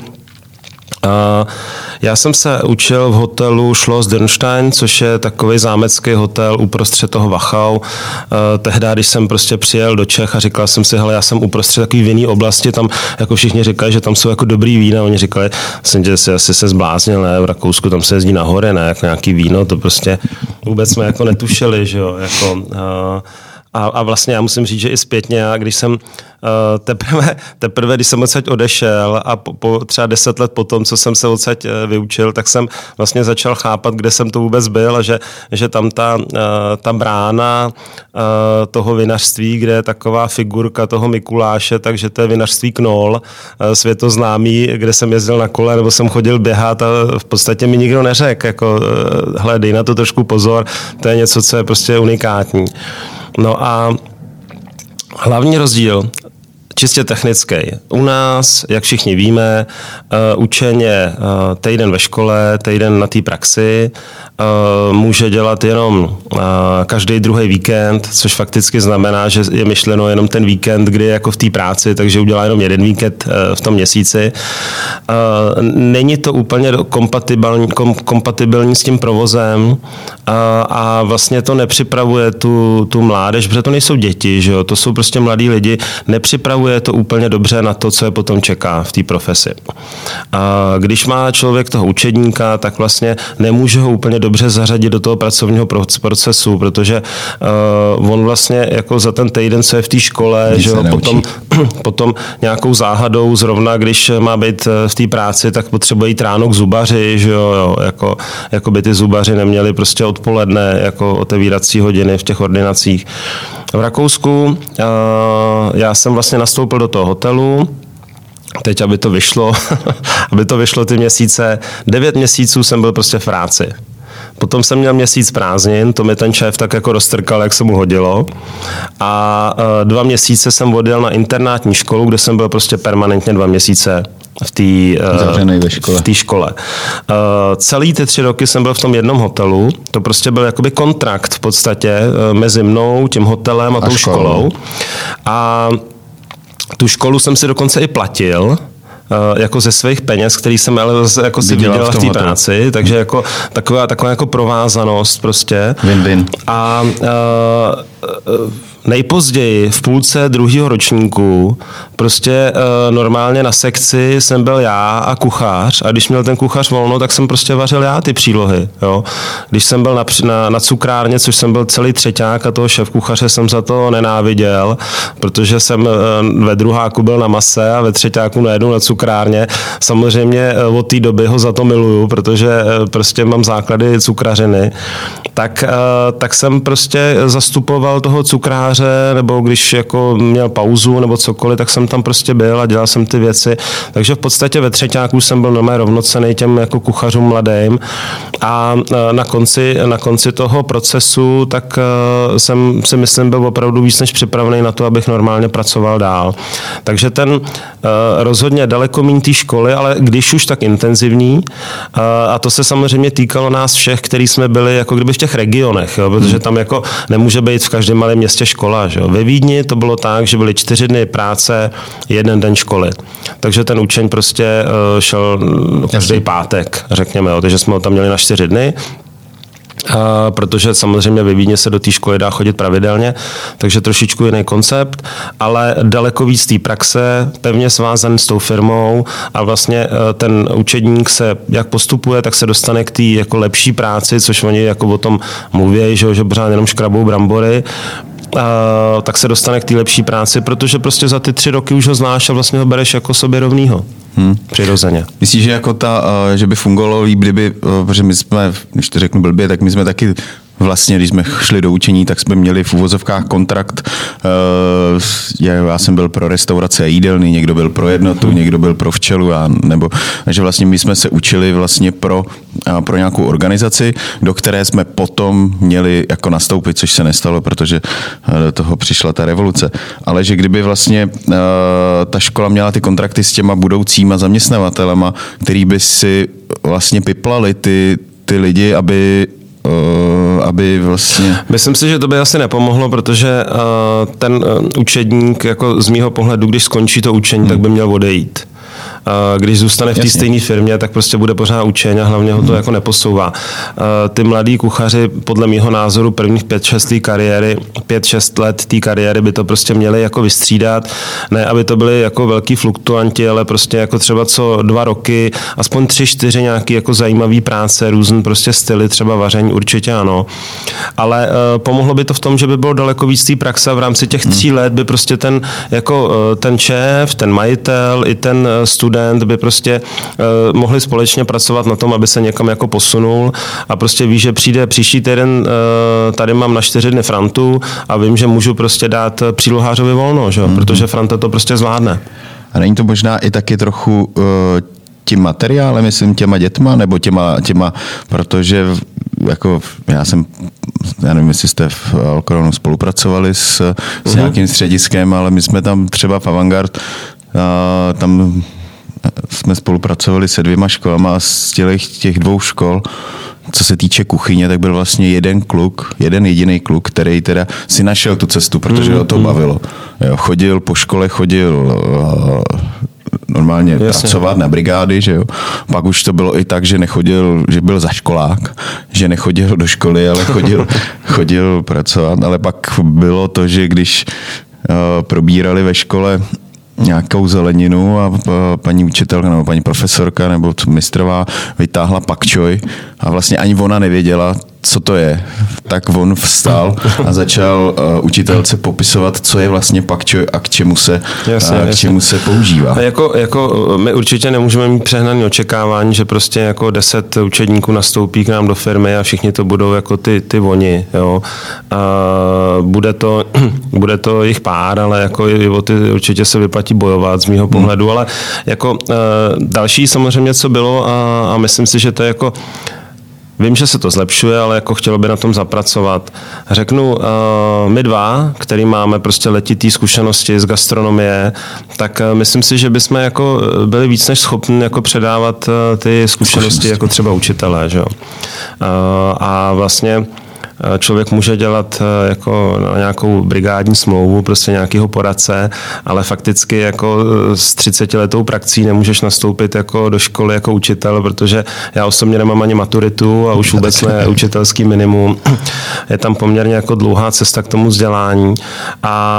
já jsem se učil v hotelu Schloss Dürnstein, což je takový zámecký hotel uprostřed toho Wachau. Tehdy, když jsem prostě přijel do Čech a říkal jsem si, hele, já jsem uprostřed takový vinný oblasti, tam jako všichni říkají, že tam jsou jako dobrý vína. Oni říkali, že si asi se zbláznil, ne, v Rakousku tam se jezdí na hory, ne, jako nějaký víno, to prostě vůbec jsme jako netušili, že jo, jako... A vlastně já musím říct, že i zpětně, když jsem teprve, když jsem odsaď odešel a po třeba 10 let potom, co jsem se odsaď vyučil, tak jsem vlastně začal chápat, kde jsem to vůbec byl a že tam ta brána toho vinařství, kde je taková figurka toho Mikuláše, takže to je vinařství Knoll, světoznámý, kde jsem jezdil na kole nebo jsem chodil běhat a v podstatě mi nikdo neřekl, jako hele, dej na to trošku pozor, to je něco, co je prostě unikátní. No a hlavní rozdíl, čistě technický. U nás, jak všichni víme, učení je týden ve škole, týden na té praxi, může dělat jenom každý druhý víkend, což fakticky znamená, že je myšleno jenom ten víkend, kdy je jako v té práci, takže udělá jenom jeden víkend v tom měsíci. Není to úplně kompatibilní s tím provozem a vlastně to nepřipravuje tu mládež, protože to nejsou děti, že jo? To jsou prostě mladí lidi, nepřipravuje to úplně dobře na to, co je potom čeká v té profesi. Když má člověk toho učedníka, tak vlastně nemůže ho úplně dobře zařadit do toho pracovního procesu, protože on vlastně jako za ten týden, co je v té škole, že jo, potom nějakou záhadou zrovna, když má být v té práci, tak potřebuje jít ráno k zubaři, že jo, jako by ty zubaři neměli prostě odpoledne jako otevírací hodiny v těch ordinacích. V Rakousku já jsem vlastně nastoupil do toho hotelu, teď, aby to vyšlo ty měsíce, 9 měsíců jsem byl prostě v práci. Potom jsem měl měsíc prázdnin, to mi ten šéf tak jako roztrkal, jak se mu hodilo. A 2 měsíce jsem odjel na internátní školu, kde jsem byl prostě permanentně 2 měsíce v té škole. Celý ty 3 roky jsem byl v tom jednom hotelu. To prostě byl jakoby kontrakt v podstatě mezi mnou, tím hotelem a tou školou. A tu školu jsem si dokonce i platil, jako ze svých peněz, který jsem jako si vydělal v té práci, takže jako taková jako provázanost prostě. Win-win. A nejpozději v půlce 2. ročníku prostě normálně na sekci jsem byl já a kuchař a když měl ten kuchař volno, tak jsem prostě vařil já ty přílohy. Jo. Když jsem byl na cukrárně, což jsem byl celý třeťák a toho šéfkuchaře jsem za to nenáviděl, protože jsem ve druháku byl na mase a ve třeťáku najednou na cukrárně. Samozřejmě od té doby ho za to miluju, protože prostě mám základy cukrařiny. Tak jsem prostě zastupoval toho cukráře, nebo když jako měl pauzu nebo cokoliv, tak jsem tam prostě byl a dělal jsem ty věci. Takže v podstatě ve třeťáku jsem byl normálně rovnocenný těm jako kuchařům mladým a na konci toho procesu tak jsem si myslím byl opravdu víc než připravený na to, abych normálně pracoval dál. Takže ten rozhodně daleko méně té školy, ale když už tak intenzivní a to se samozřejmě týkalo nás všech, kteří jsme byli jako kdyby v těch regionech, jo, protože tam jako nemůže být v každém malém městě škola. Že jo. Ve Vídni to bylo tak, že byly 4 dny práce, 1 den školy. takže ten učeň prostě šel každý pátek, řekněme, jo, takže jsme ho tam měli na 4 dny. Protože samozřejmě ve Vídni se do té školy dá chodit pravidelně, takže trošičku jiný koncept, ale daleko víc té praxe, pevně svázaný s tou firmou a vlastně ten učedník se, jak postupuje, tak se dostane k té jako lepší práci, což oni jako o tom mluví, že pořád jenom škrabou brambory, tak se dostane k té lepší práci, protože prostě za ty 3 roky už ho znáš a vlastně ho bereš jako sobě rovnýho. Přirozeně. Myslíš, že jako že by fungovalo líp, kdyby, protože my jsme, když to řeknu blbě, tak my jsme taky vlastně, když jsme šli do učení, tak jsme měli v uvozovkách kontrakt. Já jsem byl pro restaurace a jídelny, někdo byl pro Jednotu, někdo byl pro Včelu, takže vlastně my jsme se učili vlastně pro nějakou organizaci, do které jsme potom měli jako nastoupit, což se nestalo, protože do toho přišla ta revoluce. Ale že kdyby vlastně ta škola měla ty kontrakty s těma budoucíma zaměstnavatelema, který by si vlastně piplali ty lidi, aby vlastně... Myslím si, že to by asi nepomohlo, protože ten učedník, jako z mýho pohledu, když skončí to učení, tak by měl odejít. Když zůstane v té stejné firmě, tak prostě bude pořád učeň a hlavně ho to jako neposouvá. Ty mladí kuchaři, podle mýho názoru, prvních 5-6 let té kariéry by to prostě měli jako vystřídat. Ne, aby to byly jako velký fluktuanti, ale prostě jako třeba co 2 roky, aspoň 3-4 nějaký jako zajímavý práce, různý prostě styly, třeba vaření, určitě ano. Ale pomohlo by to v tom, že by bylo daleko víc té praxe a v rámci těch 3 let by prostě ten šéf, ten majitel i ten student by prostě mohli společně pracovat na tom, aby se někam jako posunul a prostě ví, že přijde příští týden, tady mám na 4 dny Frantu a vím, že můžu prostě dát přílohářovi volno, že? Protože Franta to prostě zvládne. A není to možná i taky trochu tím materiálem, myslím, těma dětma, nebo těma, protože jako já nevím, jestli jste v Alkronu spolupracovali s nějakým střediskem, ale my jsme tam třeba v Avantgarde, tam jsme spolupracovali se 2 školama a z těch 2 škol, co se týče kuchyně, tak byl vlastně jeden jediný kluk, který teda si našel tu cestu, protože ho to bavilo. Jo, chodil po škole, normálně pracovat na brigády, že jo. Pak už to bylo i tak, že nechodil, že byl zaškolák, že nechodil do školy, ale chodil pracovat, ale pak bylo to, že když probírali ve škole nějakou zeleninu a paní učitelka nebo paní profesorka nebo mistrová vytáhla pak čoj a vlastně ani ona nevěděla, co to je. Tak on vstal a začal učitelce popisovat, co je vlastně pak čoj a k čemu se používá. A jako my určitě nemůžeme mít přehnané očekávání, že prostě jako 10 učedníků nastoupí k nám do firmy a všichni to budou jako ty oni. Jo. A bude to jich pár, ale jako i o ty určitě se vyplatí bojovat z mýho pohledu, ale jako další samozřejmě, co bylo a myslím si, že to je jako vím, že se to zlepšuje, ale jako chtělo by na tom zapracovat. Řeknu, my 2, který máme prostě letitý zkušenosti z gastronomie, tak myslím si, že bychom jako byli víc než schopni jako předávat ty zkušenosti jako třeba učitelé. Že jo? A vlastně člověk může dělat jako nějakou brigádní smlouvu, prostě nějakého poradce, ale fakticky jako s 30letou praxí nemůžeš nastoupit jako do školy jako učitel, protože já osobně nemám ani maturitu a už vůbec ne učitelský minimum. Je tam poměrně jako dlouhá cesta k tomu vzdělání a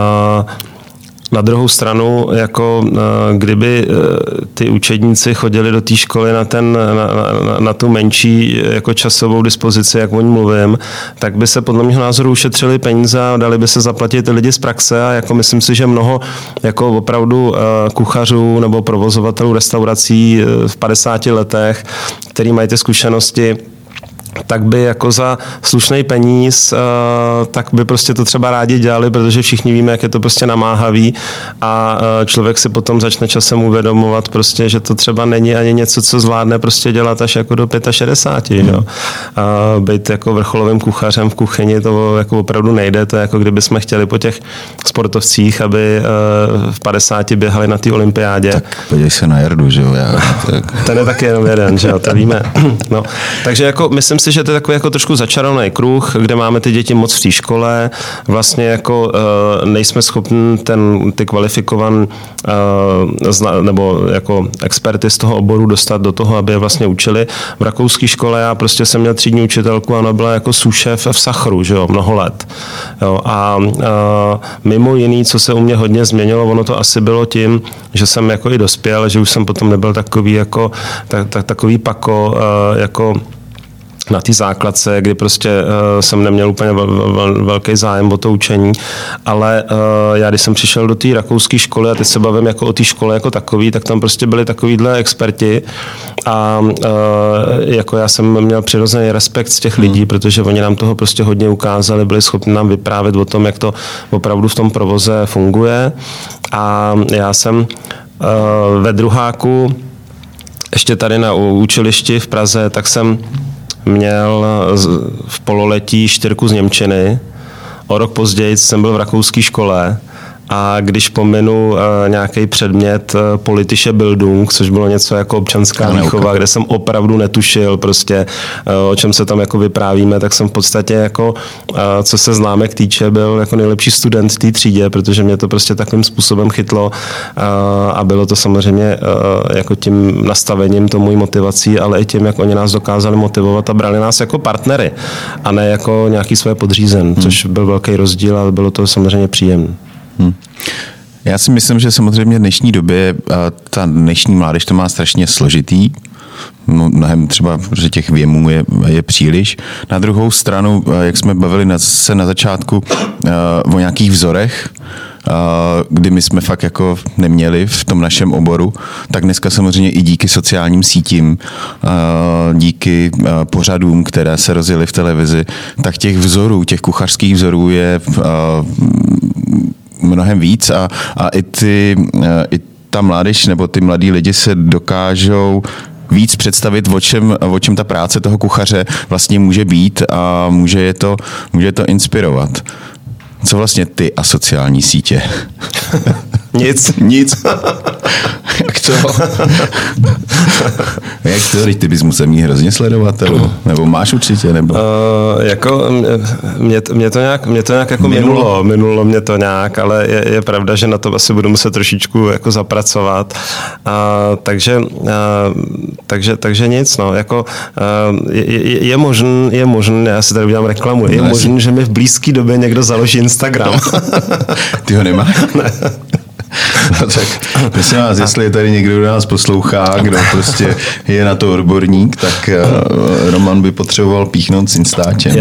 na druhou stranu, jako kdyby ty učedníci chodili do té školy na tu menší jako časovou dispozici, jak o ní mluvím, tak by se podle mého názoru ušetřili peníze a dali by se zaplatit lidi z praxe a jako myslím si, že mnoho jako opravdu kuchařů nebo provozovatelů restaurací v 50 letech, který mají ty zkušenosti, tak by jako za slušný peníz, tak by prostě to třeba rádi dělali, protože všichni víme, jak je to prostě namáhavý a člověk si potom začne časem uvědomovat prostě, že to třeba není ani něco, co zvládne prostě dělat až jako do 65. Jo. A být jako vrcholovým kuchařem v kuchyni, to jako opravdu nejde, to je jako kdyby jsme chtěli po těch sportovcích, aby v 50 běhali na té olympiádě. Tak podívej se na Jardu, že jo. Ten je taky jenom jeden, že jo, to víme. No. Takže jako myslím si, si, že to je takový jako trošku začarovaný kruh, kde máme ty děti moc v té škole, vlastně jako nejsme schopni ty kvalifikované nebo jako experty z toho oboru dostat do toho, aby je vlastně učili. V rakouské škole já prostě jsem měl třídní učitelku, ona byla jako sušef v Sachru, že jo, mnoho let. Jo, a mimo jiný, co se u mě hodně změnilo, ono to asi bylo tím, že jsem jako i dospěl, že už jsem potom nebyl takový jako takový pako jako na té základce, kdy prostě jsem neměl úplně velký zájem o to učení, ale já když jsem přišel do té rakouské školy a teď se bavím jako o té škole jako takový, tak tam prostě byli takovýhle experti a jako já jsem měl přirozený respekt z těch lidí, protože oni nám toho prostě hodně ukázali, byli schopni nám vyprávět o tom, jak to opravdu v tom provoze funguje a já jsem ve druháku ještě tady na učilišti v Praze, tak jsem měl v pololetí 4 z němčiny. O rok později jsem byl v rakouské škole a když pominu nějaký předmět politische Bildung, což bylo něco jako občanská výchova, kde jsem opravdu netušil prostě, o čem se tam jako vyprávíme, tak jsem v podstatě jako, co se známek týče, byl jako nejlepší student v té třídě, protože mě to prostě takovým způsobem chytlo a bylo to samozřejmě jako tím nastavením, to mojí motivací, ale i tím, jak oni nás dokázali motivovat a brali nás jako partnery a ne jako nějaký své podřízen, což byl velký rozdíl, ale bylo to samozřejmě příjemné. Já si myslím, že samozřejmě v dnešní době ta dnešní mládež to má strašně složitý. Mnohem třeba, že těch věmů je příliš. Na druhou stranu, jak jsme bavili se na začátku o nějakých vzorech, kdy my jsme fakt jako neměli v tom našem oboru, tak dneska samozřejmě i díky sociálním sítím, díky pořadům, které se rozjeli v televizi, tak těch vzorů, těch kuchařských vzorů je mnohem víc a i ta mládež nebo ty mladí lidi se dokážou víc představit, o čem ta práce toho kuchaře vlastně může být a může to inspirovat. Co vlastně ty a sociální sítě? Nic. Jak to? Jak to? Teď ty bys musel mít hrozně sledovatelů. Nebo máš určitě? Nebo? Jako mě to nějak jako minulo mě to nějak, ale je pravda, že na to asi budu muset trošičku jako zapracovat. Takže nic, no. Jako, je možný, já si tady udělám reklamu, je možný, že mi v blízké době někdo založí Instagram. Ty ho nemáš? Ne. No tak myslím vás, jestli je tady někdo, kdo nás poslouchá, kdo prostě je na to odborník, tak Roman by potřeboval píchnout s Instačem.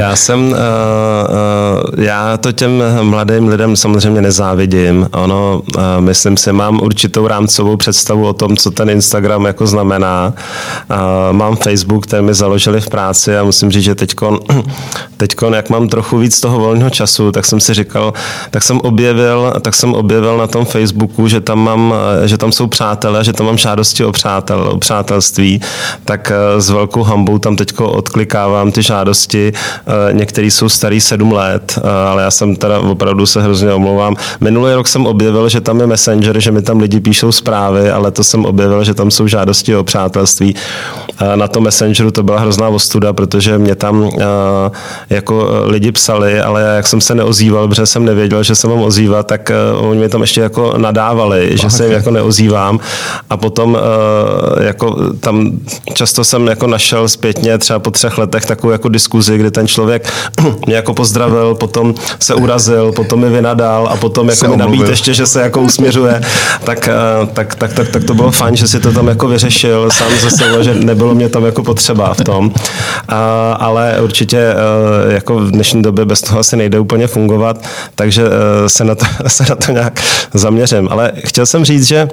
Já to těm mladým lidem samozřejmě nezávidím. Ono, myslím si, mám určitou rámcovou představu o tom, co ten Instagram jako znamená. Mám Facebook, ten mi založili v práci a musím říct, že teďkon, jak mám trochu víc toho volného času, tak jsem si říkal, tak jsem objevil na tom Facebooku, že tam jsou přátelé, že tam mám žádosti o přátelství, tak s velkou hambou tam teďko odklikávám ty žádosti. Některý jsou starý 7 let, ale já jsem teda opravdu se hrozně omlouvám. Minulý rok jsem objevil, že tam je Messenger, že mi tam lidi píšou zprávy, ale to jsem objevil, že tam jsou žádosti o přátelství. Na tom Messengeru to byla hrozná ostuda, protože mě tam jako lidi psali, ale jak jsem se neozýval, protože jsem nevěděl, že se mám ozývat, tak oni mi tam ještě jako nadávali, že se jim jako neozývám a potom jako tam často jsem jako našel zpětně třeba po 3 letech takovou jako diskuzi, kdy ten člověk mě jako pozdravil, potom se urazil, potom mi vynadal a potom jako mi nabít ještě, že se jako usměřuje, tak to bylo fajn, že si to tam jako vyřešil sám ze sebe, že nebylo mě tam jako potřeba v tom, ale určitě jako v dnešní době bez toho asi nejde úplně fungovat, takže se na to nějak zaměřím. Ale chtěl jsem říct, že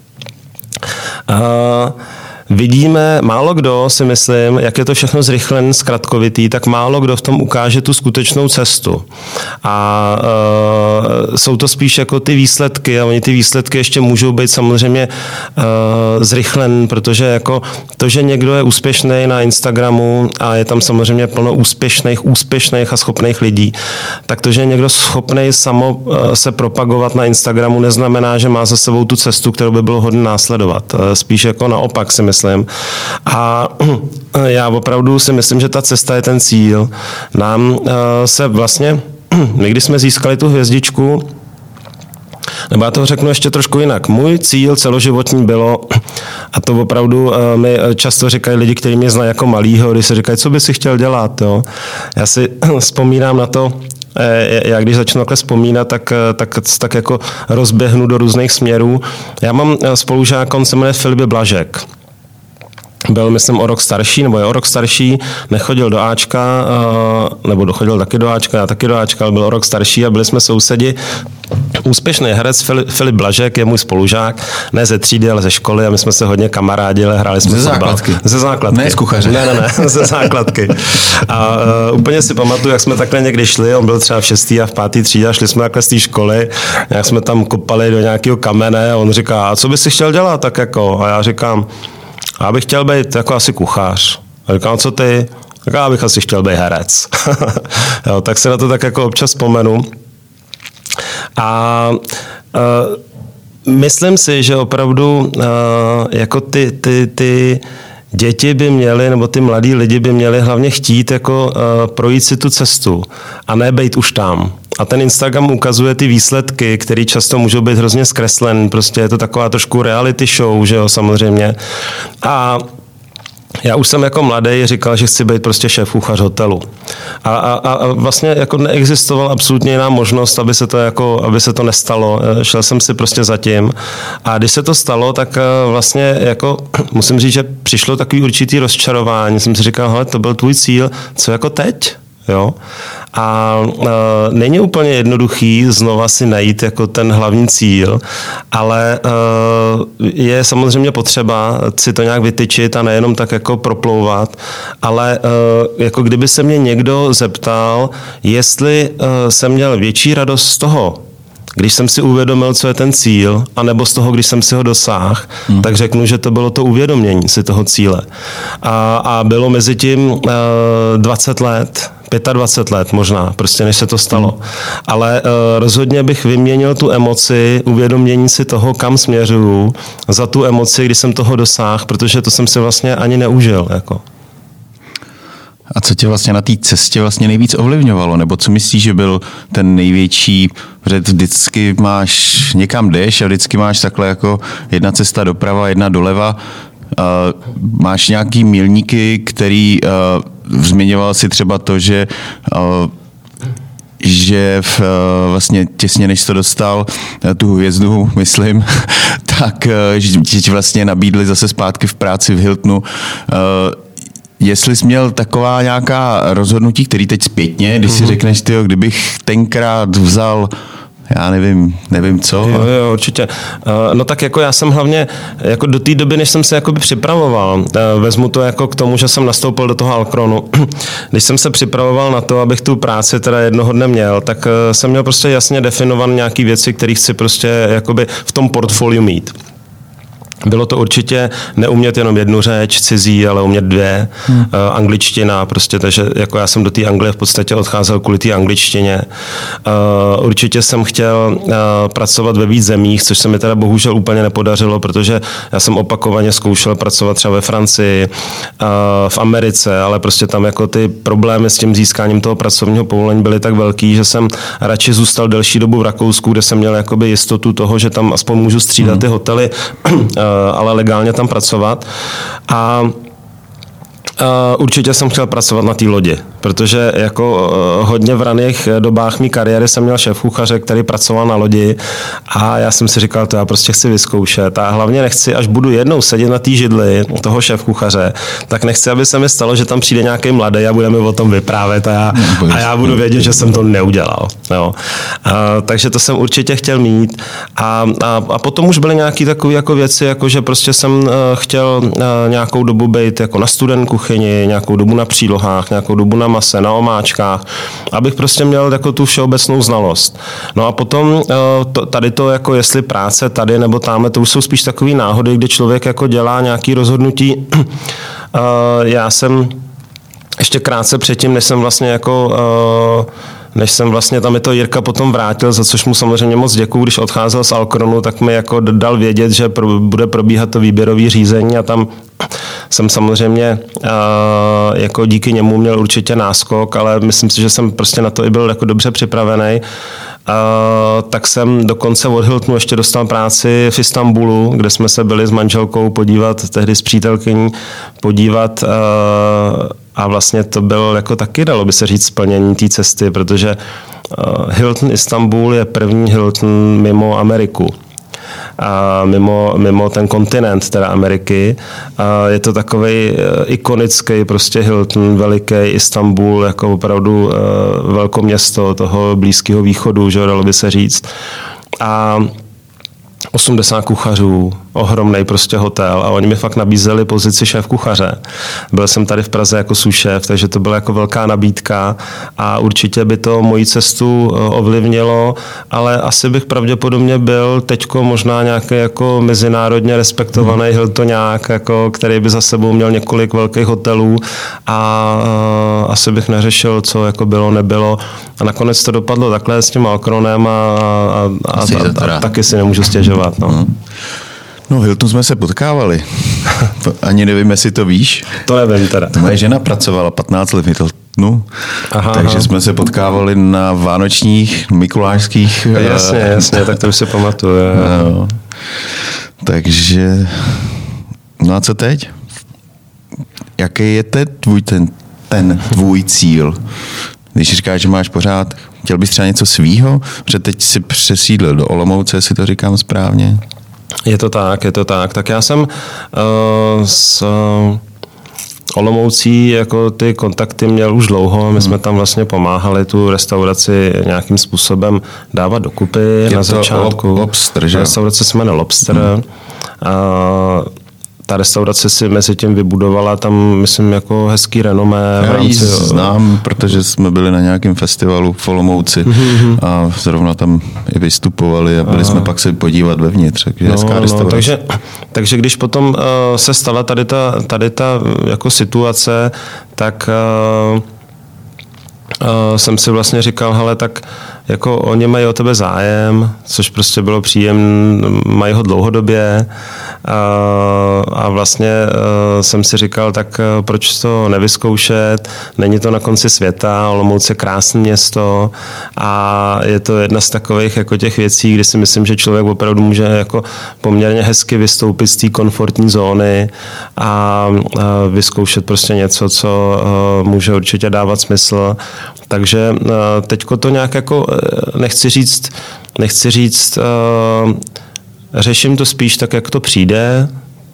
vidíme, málo kdo si myslím, jak je to všechno zrychlen, zkratkovitý, tak málo kdo v tom ukáže tu skutečnou cestu. A jsou to spíš jako ty výsledky a oni ty výsledky ještě můžou být samozřejmě zrychlen, protože jako to, že někdo je úspěšný na Instagramu a je tam samozřejmě plno úspěšných a schopných lidí, tak to, že je někdo schopný se propagovat na Instagramu, neznamená, že má za sebou tu cestu, kterou by bylo hodné následovat. Spíš jako naopak si myslím, myslím. A já opravdu si myslím, že ta cesta je ten cíl. Nám se vlastně, my když jsme získali tu hvězdičku, nebo já to řeknu ještě trošku jinak. Můj cíl celoživotní bylo, a to opravdu mi často říkají lidi, kteří mě znají jako malýho, když se říkají, co by si chtěl dělat. Jo? Já si vzpomínám na to, já když začnu takhle vzpomínat, tak jako rozběhnu do různých směrů. Já mám spolužáka, on se jmenuje Filip Blažek. Byl, myslím, o rok starší, nebo je o rok starší, nechodil do Ačka, nebo dochodil taky do Ačka, já taky do Ačka, ale byl o rok starší a byli jsme sousedi. Úspěšný herec Filip Blažek je můj spolužák, ne ze třídy, ale ze školy a my jsme se hodně kamarádili, hráli jsme základky. Ze základky. Ne z kuchaře. Ne, ze základky. A úplně si pamatuju, jak jsme takhle někdy šli, on byl třeba v 6. a v 5. třídě a šli jsme takhle z té školy, jak jsme tam kopali do nějakého kamene a on říká, a co bys si chtěl dělat? Tak jako, a já říkám, já bych chtěl být jako asi kuchař. A říkám, co ty? Tak já bych asi chtěl být herec. Jo, tak se na to tak jako občas vzpomenu. A myslím si, že opravdu jako ty děti by měly, nebo ty mladí lidi by měli hlavně chtít jako projít si tu cestu a ne být už tam. A ten Instagram ukazuje ty výsledky, které často můžou být hrozně zkreslen. Prostě je to taková trošku reality show, že jo, samozřejmě. A já už jsem jako mladý říkal, že chci být prostě šéf kuchař hotelu. A vlastně jako neexistovala absolutně jiná možnost, aby se to nestalo. Šel jsem si prostě za tím. A když se to stalo, tak vlastně jako musím říct, že přišlo takový určitý rozčarování. Jsem si říkal, hele, to byl tvůj cíl, co jako teď? Jo? A není úplně jednoduchý znova si najít jako ten hlavní cíl, ale je samozřejmě potřeba si to nějak vytyčit a nejenom tak jako proplouvat, ale jako kdyby se mě někdo zeptal, jestli jsem měl větší radost z toho, když jsem si uvědomil, co je ten cíl, anebo z toho, když jsem si ho dosáhl, tak řeknu, že to bylo to uvědomění si toho cíle. A bylo mezi tím 20 let, 25 let možná, prostě než se to stalo. Ale rozhodně bych vyměnil tu emoci, uvědomění si toho, kam směřuju, za tu emoci, když jsem toho dosáhl, protože to jsem si vlastně ani neužil. Jako. A co tě vlastně na té cestě vlastně nejvíc ovlivňovalo? Nebo co myslíš, že byl ten největší, protože vždycky máš, někam jdeš a vždycky máš takhle jako jedna cesta doprava, jedna doleva. Máš nějaký milníky, který zmiňoval si třeba to, že vlastně těsně než to dostal tu hvězdu, myslím, tak že ti vlastně nabídli zase zpátky v práci v Hiltonu. Jestli jsi měl taková nějaká rozhodnutí, který teď zpětně, když si řekneš, tyjo, kdybych tenkrát vzal, já nevím co. Jo, určitě. No tak jako já jsem hlavně, jako do té doby, než jsem se jakoby připravoval, vezmu to jako k tomu, že jsem nastoupil do toho Alkronu. Když jsem se připravoval na to, abych tu práci teda jednoho dne měl, tak jsem měl prostě jasně definované nějaké věci, které chci prostě jakoby v tom portfoliu mít. Bylo to určitě neumět jenom jednu řeč cizí, ale umět dvě. Angličtina, prostě, takže jako já jsem do té Anglie v podstatě odcházel kvůli té angličtině. Určitě jsem chtěl pracovat ve víc zemích, což se mi teda bohužel úplně nepodařilo, protože já jsem opakovaně zkoušel pracovat třeba ve Francii, v Americe, ale prostě tam jako ty problémy s tím získáním toho pracovního povolení byly tak velký, že jsem radši zůstal delší dobu v Rakousku, kde jsem měl jakoby jistotu toho, že tam aspoň můžu střídat ty hotely, ale legálně tam pracovat. A určitě jsem chtěl pracovat na té lodi, protože jako hodně v raných dobách mý kariéry jsem měl šéfkuchaře, který pracoval na lodi a já jsem si říkal, to já prostě chci vyzkoušet a hlavně nechci, až budu jednou sedět na té židli toho šéfkuchaře, tak nechci, aby se mi stalo, že tam přijde nějaký mladý a budeme o tom vyprávět a já budu vědět, že jsem to neudělal. Jo. Takže to jsem určitě chtěl mít a potom už byly nějaké takové jako věci, jako že prostě jsem chtěl nějakou dobu být jako na studenku, nějakou dobu na přílohách, nějakou dobu na mase, na omáčkách, abych prostě měl jako tu všeobecnou znalost. No a potom tady to, jako jestli práce tady nebo tamhle, to už jsou spíš takové náhody, kdy člověk jako dělá nějaké rozhodnutí. Já jsem ještě krátce předtím, než jsem vlastně tam mi to Jirka potom vrátil, za což mu samozřejmě moc děkuju, když odcházel z Alkronu, tak mi jako dal vědět, že bude probíhat to výběrové řízení a tam jsem samozřejmě jako díky němu měl určitě náskok, ale myslím si, že jsem prostě na to i byl jako dobře připravený. Tak jsem dokonce od Hiltonu ještě dostal práci v Istanbulu, kde jsme se byli s manželkou podívat, tehdy s přítelkyní, podívat a vlastně to bylo jako taky, dalo by se říct, splnění té cesty, protože Hilton Istanbul je první Hilton mimo Ameriku. A mimo ten kontinent teda Ameriky. A je to takovej ikonický prostě Hilton, veliký Istanbul, jako opravdu velkoměsto toho Blízkého východu, že dalo by se říct. A 80 kuchařů, ohromnej prostě hotel a oni mi fakt nabízeli pozici šéf kuchaře. Byl jsem tady v Praze jako sous-šéf, takže to byla jako velká nabídka a určitě by to moji cestu ovlivnilo, ale asi bych pravděpodobně byl teďko možná nějaký jako mezinárodně respektovaný Hiltonák, jako, který by za sebou měl několik velkých hotelů a asi bych neřešil, co jako bylo, nebylo. A nakonec to dopadlo takhle s tím Alcronem a taky si nemůžu stěžovat. No. No, Hilton jsme se potkávali. Ani nevím, jestli to víš. To nevím teda. Moje žena pracovala 15 let v Hiltonu, takže jsme se potkávali na vánočních, mikulášských... Jasně, tak to už si pamatuju. No. Takže... No a co teď? Jaký je ten tvůj cíl? Když říkáš, že máš pořád, chtěl bys třeba něco svýho? Protože teď si přesídlil do Olomouce, jestli to říkám správně. Je to tak. Tak já jsem s Olomoucí jako ty kontakty měl už dlouho. My jsme tam vlastně pomáhali tu restauraci nějakým způsobem dávat dokupy na začátku. Lobster, že? Restaurace se jmenuje Lobster. Ta restaurace si mezi tím vybudovala tam, myslím, jako hezký renomé. Já ji znám, protože jsme byli na nějakém festivalu v Olomouci a zrovna tam i vystupovali a byli jsme pak se podívat vevnitř, takže hezká restaurace. Takže když potom se stala tady ta jako situace, tak jsem si vlastně říkal, hele, tak jako oni mají o tebe zájem, což prostě bylo příjemné, mají ho dlouhodobě a vlastně jsem si říkal, tak proč to nevyzkoušet, není to na konci světa, Olomouc je krásné město a je to jedna z takových jako těch věcí, kdy si myslím, že člověk opravdu může jako poměrně hezky vystoupit z té komfortní zóny a vyzkoušet prostě něco, co může určitě dávat smysl. Takže teďko to nějak jako nechci říct, řeším to spíš tak, jak to přijde.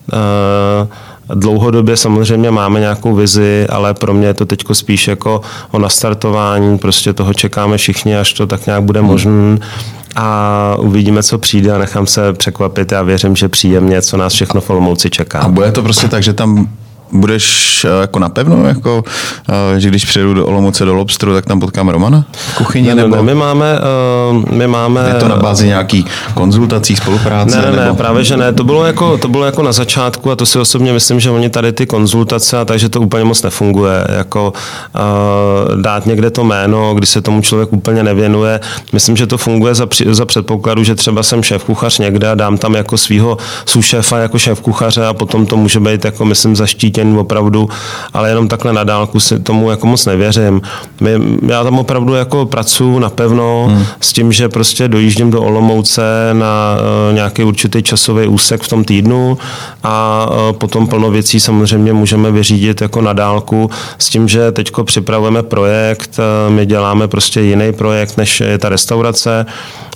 Dlouhodobě samozřejmě máme nějakou vizi, ale pro mě je to teďko spíš jako o nastartování, prostě toho čekáme všichni, až to tak nějak bude možné a uvidíme, co přijde a nechám se překvapit. Já věřím, že příjemně, co nás všechno v Olomouci čeká. A bude to prostě tak, že tam budeš jako napevno, jako, že když přijedu do Olomouce do Lobsteru, tak tam potkám Romana v kuchyni? Ne, my máme... Je to na bázi nějaký konzultací, spolupráce? Ne, právě že ne. To bylo jako na začátku a to si osobně myslím, že oni tady ty konzultace a takže to úplně moc nefunguje. Jako dát někde to jméno, když se tomu člověk úplně nevěnuje. Myslím, že to funguje za předpokladu, že třeba jsem šéf kuchař někde a dám tam jako svýho sous-šéfa jako šéf kuchaře a potom to může být jako myslím zaštítěn opravdu, ale jenom takhle na dálku si tomu jako moc nevěřím. Já tam opravdu jako pracuji napevno s tím, že prostě dojíždím do Olomouce na nějaký určitý časový úsek v tom týdnu a potom plno věcí samozřejmě můžeme vyřídit jako na dálku s tím, že teďko připravujeme projekt, my děláme prostě jiný projekt, než je ta restaurace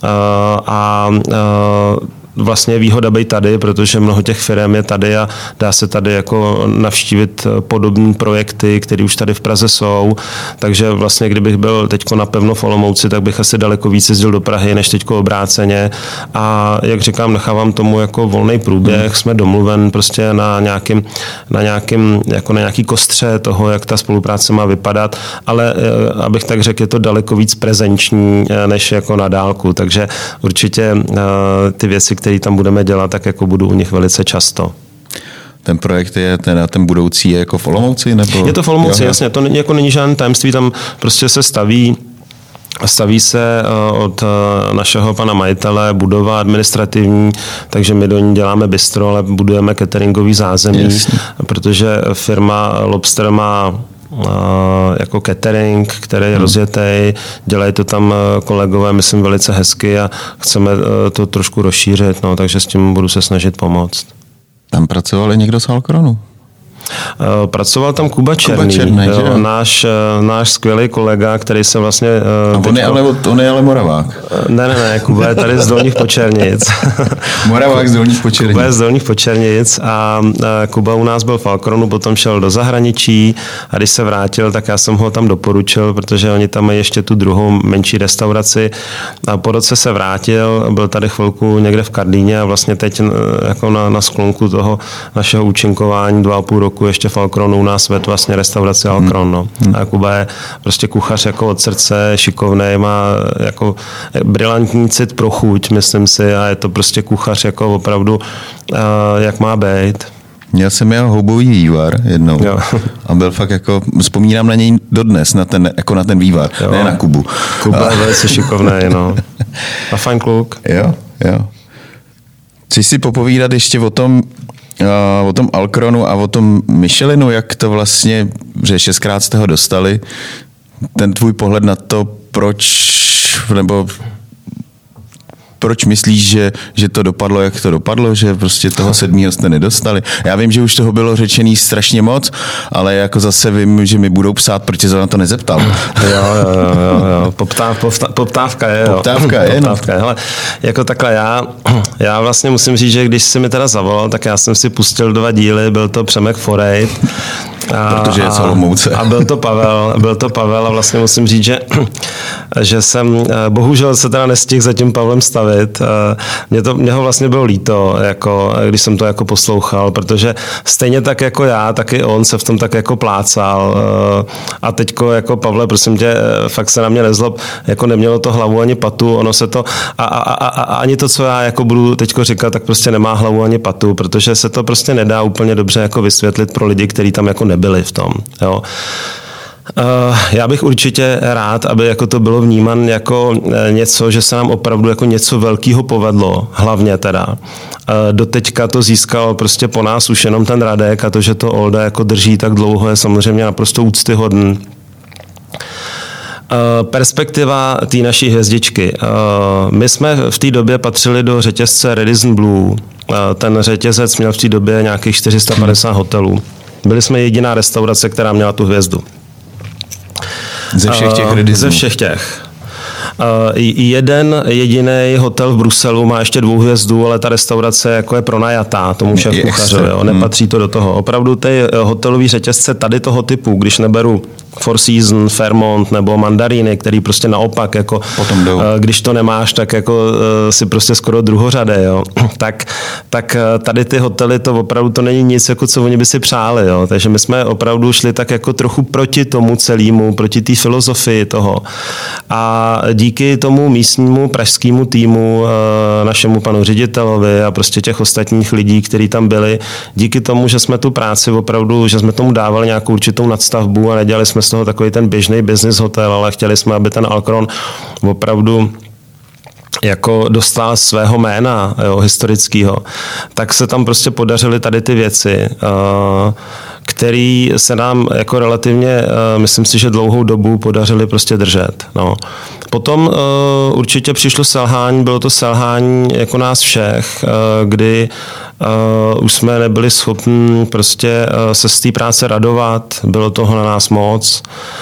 a vlastně výhoda být tady, protože mnoho těch firm je tady a dá se tady jako navštívit podobné projekty, které už tady v Praze jsou. Takže vlastně, kdybych byl teďko napevno v Olomouci, tak bych asi daleko víc jezdil do Prahy, než teďko obráceně. A jak říkám, nechávám tomu jako volný průběh. Jsme domluven prostě na nějaký kostře toho, jak ta spolupráce má vypadat, ale abych tak řekl, je to daleko víc prezenční, než jako na dálku. Takže určitě ty věci, které tam budeme dělat, tak jako budu u nich velice často. Ten projekt je ten budoucí je jako v Olomouci? Nebo? Je to v Olomouci, jasně. To jako není žádné tajemství, tam prostě se staví Staví se od našeho pana majitele budova administrativní, takže my do ní děláme bistro, ale budujeme cateringový zázemí, protože firma Lobster má jako catering, který je rozjetý, dělají to tam kolegové, myslím, velice hezky a chceme to trošku rozšířit, no, takže s tím budu se snažit pomoct. Tam pracoval i někdo z Alkronu? Pracoval tam Kuba Černý, náš skvělý kolega, který se vlastně... On je ale Moravák. Ne, Kuba je tady z Dolních Počernic. Moravák z Dolních Počernic. Kuba je z Dolních Počernic a Kuba u nás byl v Alkronu, potom šel do zahraničí a když se vrátil, tak já jsem ho tam doporučil, protože oni tam mají ještě tu druhou menší restauraci. A po roce se vrátil, byl tady chvilku někde v Karlíně a vlastně teď jako na sklonku toho našeho účinkování 2,5 roku ještě v Alkronu u nás vedl vlastně restauraci Alkron. No. A Kuba je prostě kuchař jako od srdce, šikovnej, má jako brilantní cit pro chuť, myslím si, a je to prostě kuchař jako opravdu, jak má být. Měl jsem jeho houbový vývar jednou a byl fakt jako, vzpomínám na něj dodnes, na ten vývar, ne na Kubu. Kuba je velice šikovnej, no. A fajn kluk. Jo. Chci si popovídat ještě o tom Alkronu a o tom Michelinu, jak to vlastně, že 6krát jste ho dostali, ten tvůj pohled na to, proč myslíš, že to dopadlo, jak to dopadlo, že prostě toho 7. jste nedostali. Já vím, že už toho bylo řečený strašně moc, ale jako zase vím, že mi budou psát, proč se na to nezeptal. Jo. Poptávka je. Poptávka je. Hele, jako takhle já vlastně musím říct, že když jsi mi teda zavolal, tak já jsem si pustil 2 díly, byl to Přemek Forej. Protože je z Olomouce. A byl to Pavel a vlastně musím říct, že jsem bohužel se teda nestihl za tím Pavlem stavit. Mě ho vlastně bylo líto, jako, když jsem to jako poslouchal, protože stejně tak jako já, tak i on se v tom tak jako plácal. A teďko jako Pavle, prosím tě, fakt se na mě nezlob, jako nemělo to hlavu ani patu, ono se to a ani to, co já jako budu teďko říkat, tak prostě nemá hlavu ani patu, protože se to prostě nedá úplně dobře jako vysvětlit pro lidi, kteří tam jako nebyli v tom. Jo. Já bych určitě rád, aby jako to bylo vníman jako něco, že se nám opravdu jako něco velkého povedlo, hlavně teda. Doteďka to získal prostě po nás už jenom ten Radek a to, že to Olda jako drží tak dlouho, je samozřejmě naprosto úctyhodný. Perspektiva té naší hvězdičky. My jsme v té době patřili do řetězce Radisson Blu. Ten řetězec měl v té době nějakých 450 hotelů. Byli jsme jediná restaurace, která měla tu hvězdu. Ze všech těch Radissonů? Ze všech těch. Jeden jediný hotel v Bruselu má ještě 2 hvězdu, ale ta restaurace jako je pronajatá tomu šéfkuchařovi. Nepatří to do toho. Opravdu ty hotelový řetězce tady toho typu, když neberu Four Seasons, Fairmont nebo Mandaríny, který prostě naopak, jako, když to nemáš, tak jako si prostě skoro druhořadé, jo. Tak tady ty hotely, to opravdu to není nic, jako co oni by si přáli. Jo. Takže my jsme opravdu šli tak jako trochu proti tomu celému, proti té filozofii toho. A díky tomu místnímu pražskému týmu, našemu panu ředitelovi a prostě těch ostatních lidí, kteří tam byli, díky tomu, že jsme tu práci opravdu, že jsme tomu dávali nějakou určitou nadstavbu a nedělali jsme z toho takový ten běžný business hotel, ale chtěli jsme, aby ten Alkron opravdu jako dostal svého jména, jo, historického, tak se tam prostě podařily tady ty věci, které se nám jako relativně, myslím si, že dlouhou dobu podařily prostě držet. No. Potom určitě přišlo selhání, bylo to selhání jako nás všech, kdy už jsme nebyli schopni prostě se z té práce radovat, bylo toho na nás moc.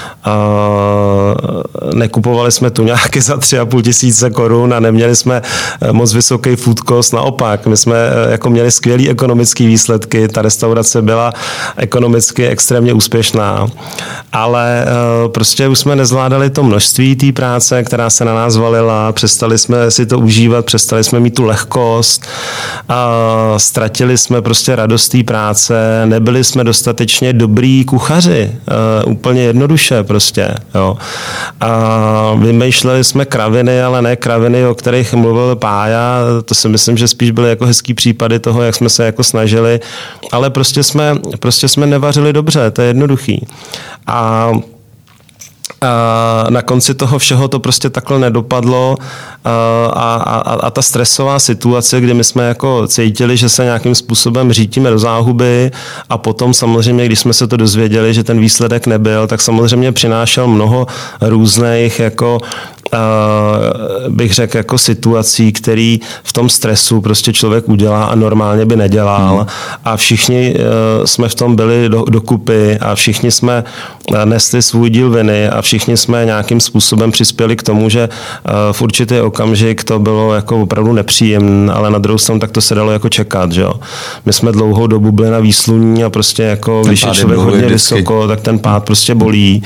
Nekupovali jsme tu nějaké za 3,5 tisíce korun a neměli jsme moc vysoký food cost, naopak. My jsme jako měli skvělý ekonomický výsledky, ta restaurace byla ekonomicky extrémně úspěšná, ale prostě už jsme nezvládali to množství té práce, která se na nás valila, přestali jsme si to užívat, přestali jsme mít tu lehkost, ztratili jsme prostě radost té práce, nebyli jsme dostatečně dobrý kuchaři, úplně jednoduše prostě, jo. A vymýšleli jsme kraviny, ale ne kraviny, o kterých mluvil Pája, to si myslím, že spíš byly jako hezký případy toho, jak jsme se jako snažili, ale prostě jsme nevařili dobře, to je jednoduchý. A na konci toho všeho to prostě takhle nedopadlo a ta stresová situace, kdy my jsme jako cítili, že se nějakým způsobem řítíme do záhuby a potom samozřejmě, když jsme se to dozvěděli, že ten výsledek nebyl, tak samozřejmě přinášel mnoho různých jako bych řekl jako situací, který v tom stresu prostě člověk udělá a normálně by nedělal a všichni jsme v tom byli dokupy a všichni jsme nesli svůj díl viny a všichni jsme nějakým způsobem přispěli k tomu, že v určitý okamžik to bylo jako opravdu nepříjemné, ale na druhou stranu tak to se dalo jako čekat, že jo. My jsme dlouhou dobu byli na výsluní a prostě jako když je člověk hodně vysoko, tak ten pád prostě bolí.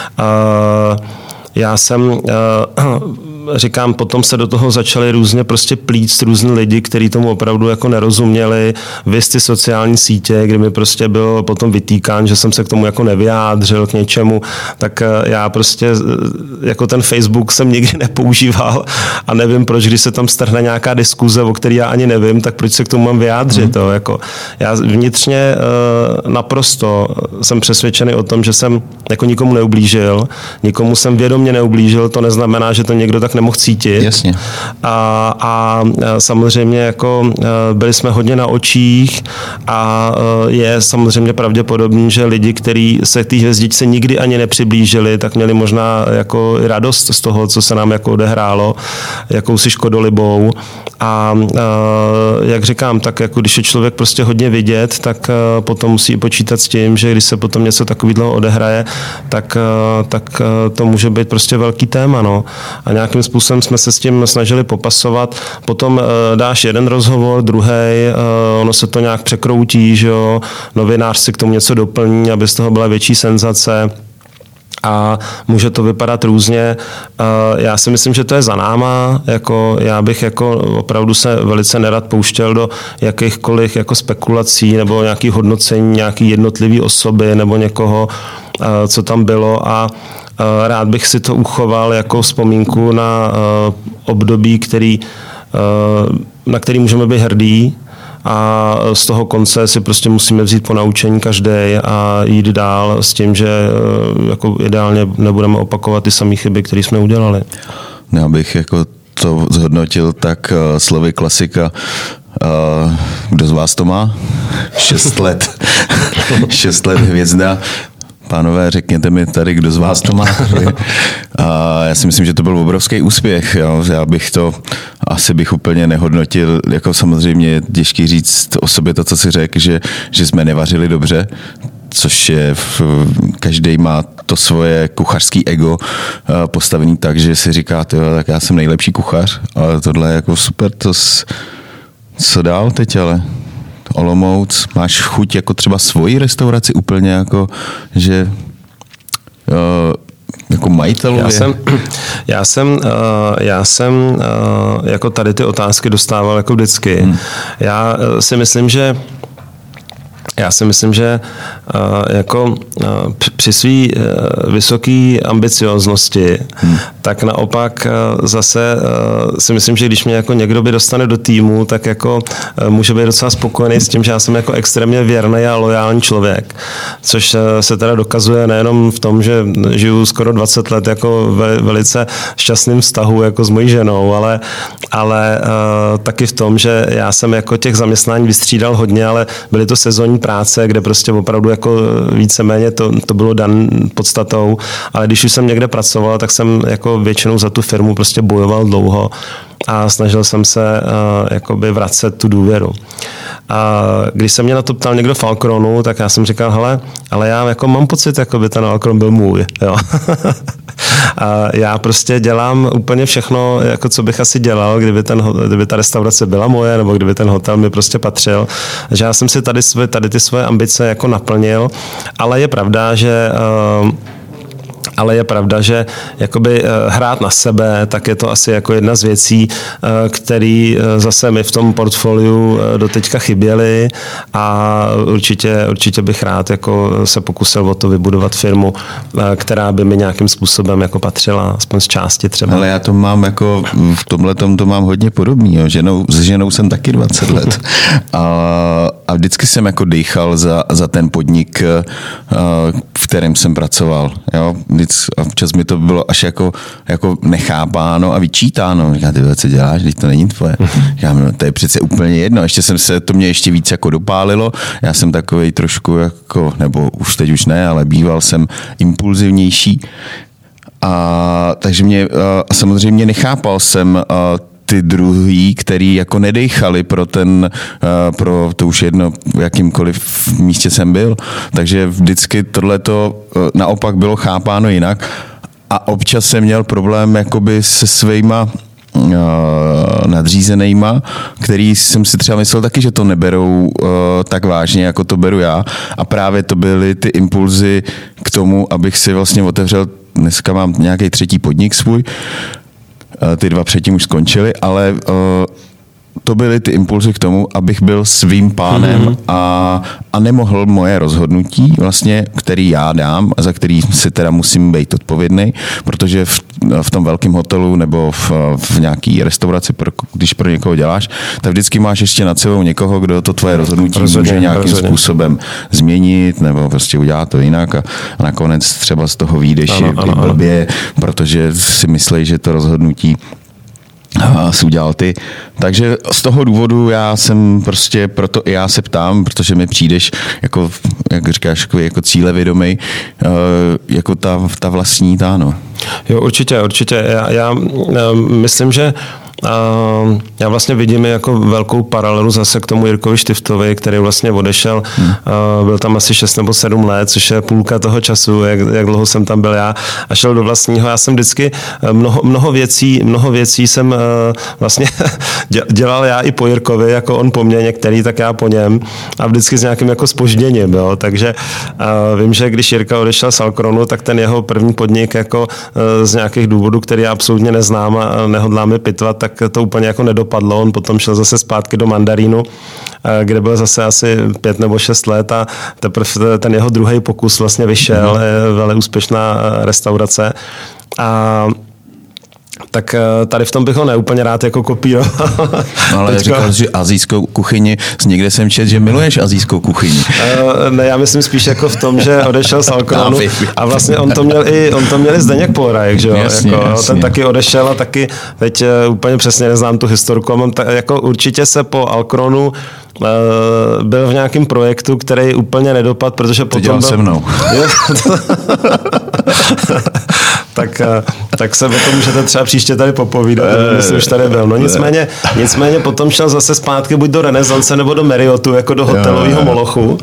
Já jsem, říkám, potom se do toho začali různě prostě plíct různý lidi, kteří tomu opravdu jako nerozuměli. Vys ty sociální sítě, kdy mi prostě byl potom vytýkán, že jsem se k tomu jako nevyjádřil k něčemu, tak já prostě jako ten Facebook jsem nikdy nepoužíval a nevím, proč, když se tam strhne nějaká diskuze, o který já ani nevím, tak proč se k tomu mám vyjádřit. Jako, já vnitřně naprosto jsem přesvědčený o tom, že jsem jako nikomu neublížil, nikomu jsem vědomě neublížil, to neznamená, že to někdo tak nemohl cítit. Jasně. A samozřejmě jako byli jsme hodně na očích a je samozřejmě pravděpodobný, že lidi, kteří se k té hvězdičce nikdy ani nepřiblížili, tak měli možná jako radost z toho, co se nám jako odehrálo, jakousi škodolibou. A jak říkám, tak jako když je člověk prostě hodně vidět, tak potom musí počítat s tím, že když se potom něco takového odehraje, tak to může být prostě velký téma. No. A nějakým způsobem jsme se s tím snažili popasovat. Potom dáš jeden rozhovor, druhej, ono se to nějak překroutí, že jo, novinář si k tomu něco doplní, aby z toho byla větší senzace. A může to vypadat různě. Já si myslím, že to je za náma. Jako, já bych jako opravdu se velice nerad pouštěl do jakýchkoliv jako spekulací nebo nějaký hodnocení nějaký jednotlivý osoby nebo někoho, co tam bylo a rád bych si to uchoval jako vzpomínku na období, na který můžeme být hrdí a z toho konce si prostě musíme vzít po naučení každý a jít dál s tím, že jako ideálně nebudeme opakovat ty samé chyby, které jsme udělali. Já bych jako to zhodnotil tak slovy klasika. Kdo z vás to má? 6 let. 6 let hvězda. Pánové, řekněte mi tady, kdo z vás to má. A já si myslím, že to byl obrovský úspěch. Jo. Já bych to, asi bych úplně nehodnotil, jako samozřejmě je těžký říct o sobě to, co si řekl, že jsme nevařili dobře, což je, každý má to svoje kuchařský ego postavený tak, že si říká, tak já jsem nejlepší kuchař, ale tohle je jako super, co dál teď, ale... Olomouc, máš chuť jako třeba svoji restauraci úplně jako, že jako majitelově? Já jsem jako tady ty otázky dostával jako vždycky. Já si myslím, že jako při své vysoké ambicioznosti, tak naopak zase si myslím, že když mě jako někdo by dostane do týmu, tak jako může být docela spokojený s tím, že já jsem jako extrémně věrný a loajální člověk. Což se teda dokazuje nejenom v tom, že žiju skoro 20 let jako velice šťastným vztahu jako s mojí ženou, ale taky v tom, že já jsem jako těch zaměstnání vystřídal hodně, ale byly to sezónní práce, kde prostě opravdu jako víceméně to bylo dan podstatou, ale když už jsem někde pracoval, tak jsem jako většinou za tu firmu prostě bojoval dlouho a snažil jsem se jakoby vracet tu důvěru. A když se mě na to ptal někdo v Alkronu, tak já jsem říkal, hele, ale já jako mám pocit, jako by ten Alkron byl můj. Jo. A já prostě dělám úplně všechno, jako co bych asi dělal, kdyby ta restaurace byla moje, nebo kdyby ten hotel mi prostě patřil. Že já jsem si tady ty svoje ambice jako naplnil, ale je pravda, že jakoby hrát na sebe, tak je to asi jako jedna z věcí, který zase mi v tom portfoliu doteďka chyběly a určitě bych rád jako se pokusil o to vybudovat firmu, která by mi nějakým způsobem jako patřila, aspoň z části třeba. Ale já to mám jako, v tomhletom to mám hodně podobný. Jo. S ženou jsem taky 20 let. a vždycky jsem jako dýchal za ten podnik, v kterém jsem pracoval. Jo? A včas mi to bylo až jako nechápáno a vyčítáno. Říká, ty co děláš, teď to není tvoje. Říkám, no, to je přece úplně jedno. To mě ještě víc jako dopálilo. Já jsem takovej trošku jako, nebo už teď už ne, ale býval jsem impulzivnější. Takže samozřejmě nechápal jsem ty druhý, který jako nedejchali pro to už jedno, v jakýmkoliv místě jsem byl. Takže vždycky tohleto naopak bylo chápáno jinak a občas jsem měl problém jakoby se svýma nadřízenejma, který jsem si třeba myslel taky, že to neberou tak vážně, jako to beru já. A právě to byly ty impulzy k tomu, abych si vlastně otevřel, dneska mám nějaký 3. podnik svůj, ty 2 předtím už skončily, ale to byly ty impulzy k tomu, abych byl svým pánem a nemohl moje rozhodnutí, vlastně, který já dám a za který si teda musím být odpovědný, protože v tom velkém hotelu nebo v nějaký restauraci, když pro někoho děláš, tak vždycky máš ještě nad sebou někoho, kdo to tvoje rozhodnutí může nějakým způsobem změnit nebo prostě udělat to jinak a nakonec třeba z toho vyjdeš blbě, protože si myslíš, že to rozhodnutí jsi udělal ty. Takže z toho důvodu já jsem prostě, proto i já se ptám, protože mi přijdeš jako, jak říkáš, jako cílevědomý, jako ta vlastní táno. Jo, určitě. Já myslím, že já vlastně vidím jako velkou paralelu zase k tomu Jirkovi Štiftovi, který vlastně odešel, byl tam asi 6 nebo 7 let, což je půlka toho času, jak dlouho jsem tam byl já a šel do vlastního. Já jsem vždycky mnoho věcí jsem vlastně dělal já i po Jirkovi, jako on po mně, některý, tak já po něm a vždycky s nějakým jako zpožděním, jo. Takže vím, že když Jirka odešel z Alkronu, tak ten jeho první podnik jako z nějakých důvodů, který já absolutně neznám a nehodlám je pitvat, tak to úplně jako nedopadlo. On potom šel zase zpátky do Mandarínu, kde byl zase asi 5 nebo 6 let a teprve ten jeho druhý pokus vlastně vyšel, velmi úspěšná restaurace. A tak tady v tom bych ho neúplně rád jako kopíroval. No, ale říkal, že asijskou kuchyni, někde jsem četl, že miluješ asijskou kuchyni. Ne, já myslím spíš jako v tom, že odešel z Alkronu a vlastně on to měl i Zdeněk Polrajek, že jo? Jasně. Ten taky odešel a taky teď úplně přesně neznám tu historku, mám jako určitě se po Alkronu byl v nějakém projektu, který úplně nedopad, protože potom dělal se mnou. tak se o tom můžete třeba příště tady popovídat, myslím, už tady byl. No nicméně potom šel zase zpátky buď do Renesance nebo do Marriottu, jako do hotelového molochu,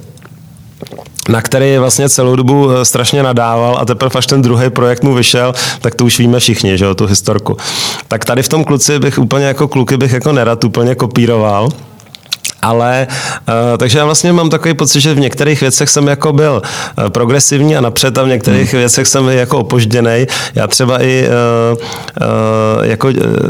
na který vlastně celou dobu strašně nadával a teprve až ten druhý projekt mu vyšel, tak to už víme všichni, že jo, tu historku. Tak tady v tom kluci bych úplně jako kluky bych jako nerad úplně kopíroval. Ale, takže já vlastně mám takový pocit, že v některých věcech jsem jako byl progresivní a napřed a v některých věcech jsem jako opožděnej. Já třeba i jako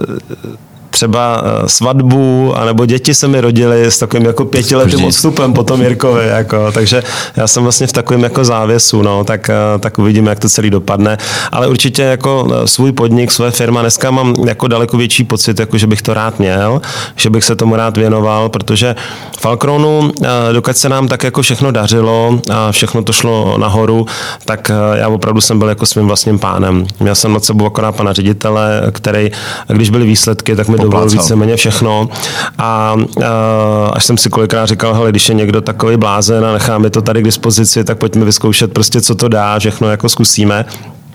třeba svatbu, anebo děti se mi rodily s takovým jako 5letým odstupem po tom Jirkovi, jako, takže já jsem vlastně v takovém jako závěsu, no, tak uvidíme, jak to celý dopadne, ale určitě jako svůj podnik, svoje firma, dneska mám jako daleko větší pocit, jako že bych to rád měl, že bych se tomu rád věnoval, protože v Alkronu, dokud se nám tak jako všechno dařilo a všechno to šlo nahoru, tak já opravdu jsem byl jako svým vlastním pánem. Měl jsem nad sebou akorát pana ředitele, který, když byly výsledky, tak mi dovolil víceméně všechno a až jsem si kolikrát říkal, hele, když je někdo takový blázen a necháme to tady k dispozici, tak pojďme vyzkoušet prostě, co to dá, všechno jako zkusíme.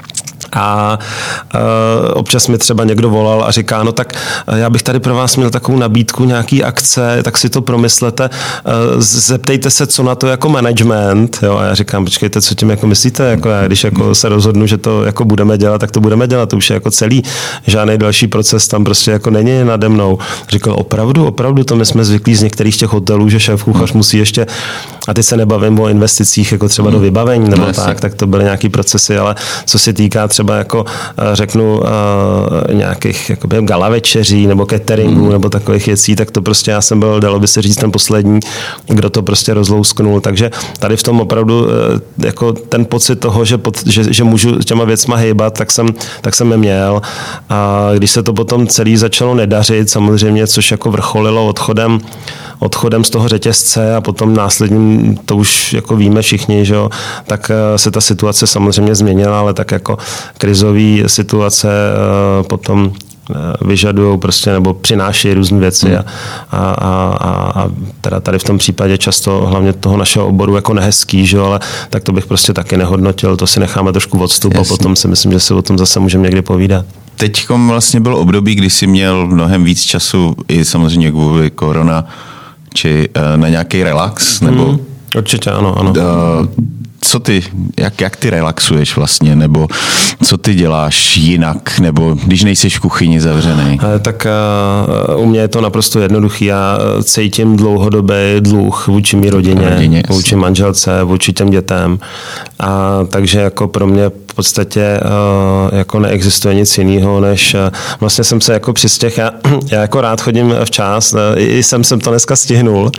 A občas mi třeba někdo volal a říká, no tak já bych tady pro vás měl takovou nabídku, nějaký akce, tak si to promyslete, zeptejte se, co na to jako management, jo, a já říkám, počkejte, co tím jako myslíte, jako já, když jako se rozhodnu, že to jako budeme dělat, tak to budeme dělat, to už je jako celý, žádný další proces tam prostě jako není nade mnou. Říkal, opravdu, to my jsme zvyklí z některých těch hotelů, že šéf kuchař musí ještě, a teď se nebavím o investicích, jako třeba do vybavení, nebo tak to byly nějaký procesy, ale co se týká třeba jako řeknu nějakých jakoby gala večeří nebo cateringu nebo takových věcí, tak to prostě já jsem byl, dalo by se říct, ten poslední, kdo to prostě rozlousknul. Takže tady v tom opravdu jako ten pocit toho, že můžu těma věcma hejbat, tak jsem je měl. A když se to potom celý začalo nedařit, samozřejmě, což jako vrcholilo odchodem z toho řetězce a potom následním, to už jako víme všichni, že jo, tak se ta situace samozřejmě změnila, ale tak jako krizové situace potom vyžadují prostě nebo přinášejí různé věci a teda tady v tom případě často hlavně toho našeho oboru jako nehezký, že? Ale tak to bych prostě taky nehodnotil, to si necháme trošku odstup. Jasně. A potom si myslím, že si o tom zase můžeme někdy povídat. Teďkom vlastně bylo období, kdy jsi měl mnohem víc času i samozřejmě kvůli korona, či na nějaký relax, nebo... Určitě, ano. Co ty, jak ty relaxuješ vlastně, nebo co ty děláš jinak, nebo když nejsi v kuchyni zavřený? Tak u mě je to naprosto jednoduchý. Já cítím dlouhodobý dluh vůči mý rodině vůči manželce, vůči těm dětem. A takže jako pro mě v podstatě jako neexistuje nic jiného, než vlastně jsem se jako přistěh. Já jako rád chodím včas, i jsem to dneska stihnul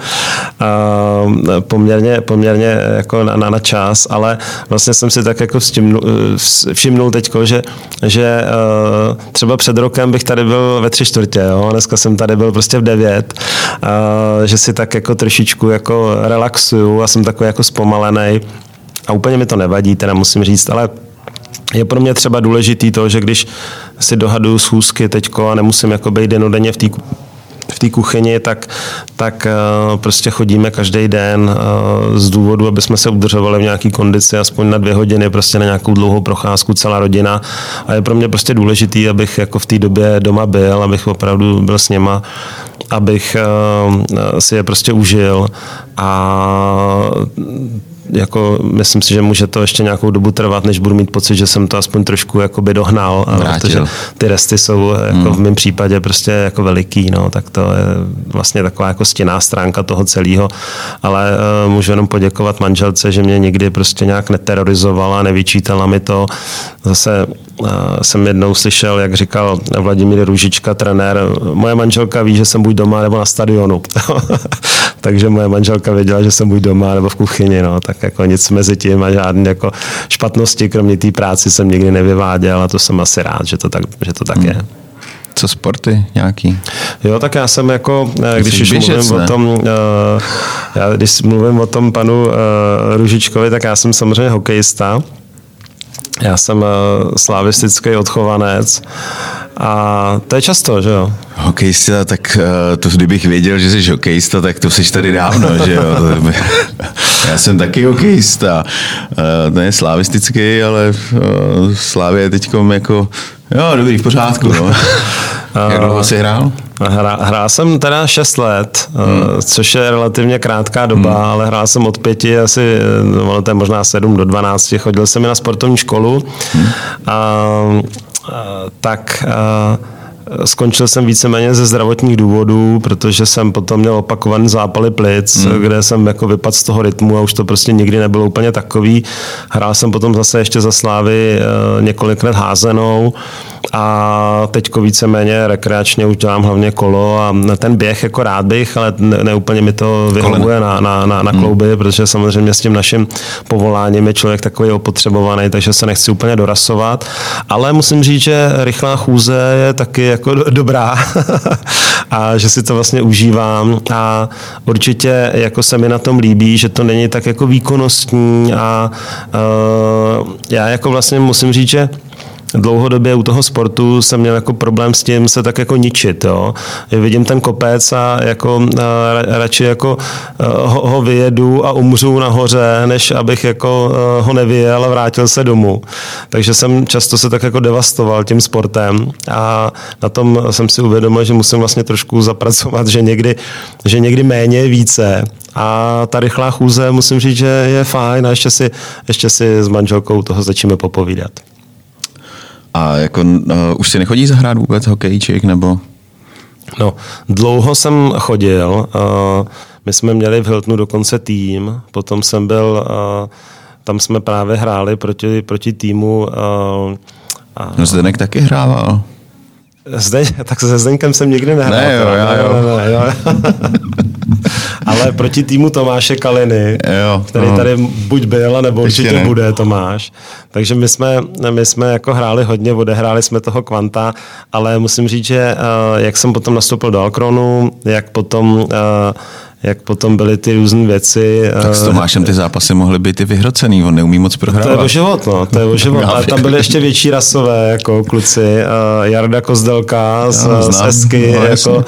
poměrně jako na čas, ale vlastně jsem si tak jako všimnul teďko, že třeba před rokem bych tady byl ve 3/4, jo? Dneska jsem tady byl prostě v 9, že si tak jako trošičku jako relaxuju a jsem takový jako zpomalenej a úplně mi to nevadí, teda musím říct, ale je pro mě třeba důležitý to, že když si dohaduju schůzky teďko a nemusím jako být dennodenně v té kuchyni, tak prostě chodíme každý den z důvodu, aby jsme se udržovali v nějaký kondici aspoň na 2 hodiny prostě na nějakou dlouhou procházku celá rodina. A je pro mě prostě důležitý, abych jako v té době doma byl, abych opravdu byl s něma, abych si je prostě užil a jako myslím si, že může to ještě nějakou dobu trvat, než budu mít pocit, že jsem to aspoň trošku jakoby dohnal, protože ty resty jsou jako v mém případě prostě jako veliký, no, tak to je vlastně taková jako stinná stránka toho celého, ale můžu jenom poděkovat manželce, že mě nikdy prostě nějak neterorizovala, nevyčítala mi to. Zase jsem jednou slyšel, jak říkal Vladimír Růžička, trenér, moje manželka ví, že jsem buď doma nebo na stadionu. Takže moje manželka věděla, že jsem buď doma nebo v kuchyni, no, tak jako nic mezi tím a žádné jako špatnosti, kromě té práci jsem nikdy nevyváděl a to jsem asi rád, že to tak je. Co sporty nějaký? Jo, tak já jsem jako, když mluvím o tom panu Růžičkovi, tak já jsem samozřejmě hokejista. Já jsem slavistický odchovanec a to je často, že jo? Hokejista, tak to kdybych věděl, že jsi hokejista, tak to jsi tady dávno, že jo? Já jsem taky hokejista. Ne slavistický, ale Slávě je teďkom jako, jo, dobrý, v pořádku, no. Jak dlouho jsi hrál? Hrál jsem teda 6 let, což je relativně krátká doba, ale hrál jsem od 5 asi, ono to je možná 7 do 12, chodil jsem i na sportovní školu, skončil jsem víceméně ze zdravotních důvodů, protože jsem potom měl opakovaný zápaly plic, kde jsem jako vypadl z toho rytmu a už to prostě nikdy nebylo úplně takový. Hrál jsem potom zase ještě za Slávy několikrát házenou a teďko víceméně rekreačně už dělám hlavně kolo a ten běh jako rád bych, ale ne úplně mi to vyhovuje na klouby, protože samozřejmě s tím naším povoláním je člověk takový opotřebovaný, takže se nechci úplně dorasovat, ale musím říct, že rychlá chůze je taky jako dobrá a že si to vlastně užívám a určitě jako se mi na tom líbí, že to není tak jako výkonnostní a já jako vlastně musím říct, že dlouhodobě u toho sportu jsem měl jako problém s tím se tak jako ničit, jo. Vidím ten kopec a jako radši jako ho vyjedu a umřu nahoře, než abych jako ho nevyjel a vrátil se domů. Takže jsem často se tak jako devastoval tím sportem a na tom jsem si uvědomil, že musím vlastně trošku zapracovat, že někdy méně je více. A ta rychlá chůze musím říct, že je fajn a ještě si s manželkou toho začneme popovídat. A jako už si nechodí zahrát vůbec hokejček, nebo? No, dlouho jsem chodil. My jsme měli v Hiltonu dokonce tým, potom jsem byl, tam jsme právě hráli proti týmu. No Zdeněk taky hrával. Tak se Zdeňkem jsem nikdy nehrál. Ne, jo. Ale proti týmu Tomáše Kaliny, který tady buď byl, nebo určitě bude Tomáš. Takže my jsme jako hráli hodně, odehráli jsme toho kvanta, ale musím říct, že jak jsem potom nastoupil do Alkronu, jak potom jak potom byly ty různé věci. Tak s Tomášem ty zápasy mohly být i vyhrocený, on neumí moc prohrávat. To je o život, no, to je o život. Ale tam byly ještě větší rasové, jako kluci. Jarda Kozdelka z Esky, jako...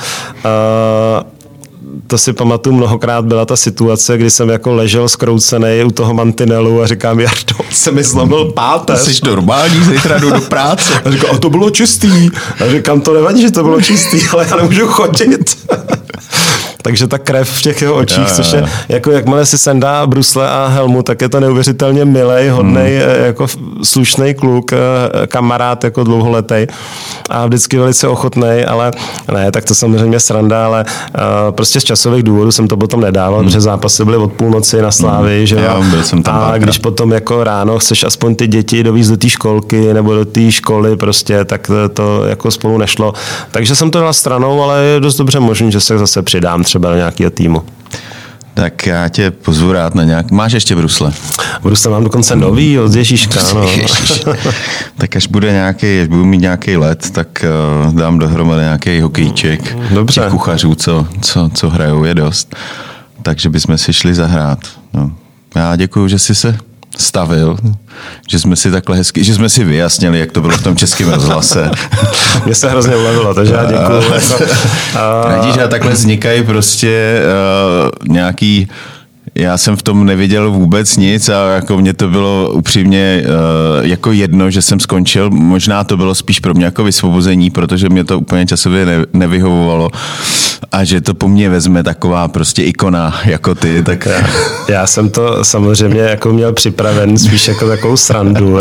To si pamatuju, mnohokrát byla ta situace, kdy jsem jako ležel zkroucený u toho mantinelu a říkám, Jardo, se mi zlomil páteř. Jsi normální, zítra jdu do práce. A říkám, a to bylo čistý. A říkám, to nevadí, že to bylo čistý, ale já nemůžu chodit. Takže ta krev v těch jeho očích, což je, jako jakmile si sendá brusle a helmu, tak je to neuvěřitelně milej, hodnej, jako slušný kluk, kamarád jako dlouholetý a vždycky velice ochotnej, ale ne, tak to samozřejmě sranda, ale prostě z časových důvodů jsem to potom nedával, protože zápasy byly od půlnoci na Slávy, že jo. A když potom jako ráno chceš aspoň ty děti dovízt do té školky nebo do té školy prostě, tak to jako spolu nešlo. Takže jsem to dal stranou, ale je dost dobře možný, že se zase přidám třeba do nějakého týmu. Tak já tě pozvu rád na nějak... Máš ještě brusle? Brusle mám dokonce nový od Ježíška. No. Tak až budu mít nějaký let, tak dám dohromady nějaký hokejček. Dobře. Těch kuchařů, co hrajou, je dost. Takže bychom si šli zahrát. No. Já děkuju, že jsi se stavil, že jsme si takhle hezky, že jsme si vyjasnili, jak to bylo v tom Českém rozhlase. Mně se hrozně ulevilo, takže já děkuju. Radíš, že takhle vznikají prostě nějaký... Já jsem v tom neviděl vůbec nic a jako mě to bylo upřímně jako jedno, že jsem skončil. Možná to bylo spíš pro mě jako vysvobození, protože mě to úplně časově nevyhovovalo a že to po mně vezme taková prostě ikona jako ty. Tak... Já jsem to samozřejmě jako měl připraven spíš jako takovou srandu,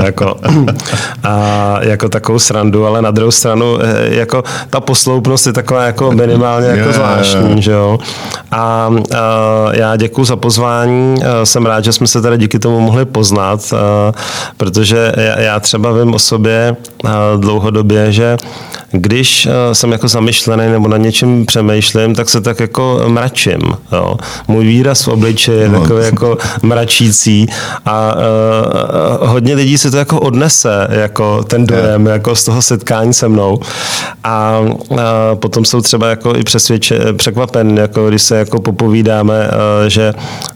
jako takovou srandu, ale na druhou stranu jako ta posloupnost je taková jako minimálně jako zvláštní, že jo. A já děkuju za pozvání. Jsem rád, že jsme se tady díky tomu mohli poznat, protože já třeba vím o sobě dlouhodobě, že když jsem jako zamyšlený nebo na něčem přemýšlím, tak se tak jako mračím. Jo. Můj výraz v obličeji je takový jako mračící a hodně lidí si to jako odnese, jako ten dojem, jako z toho setkání se mnou. A potom jsou třeba jako i překvapen, jako když se jako popovídáme, že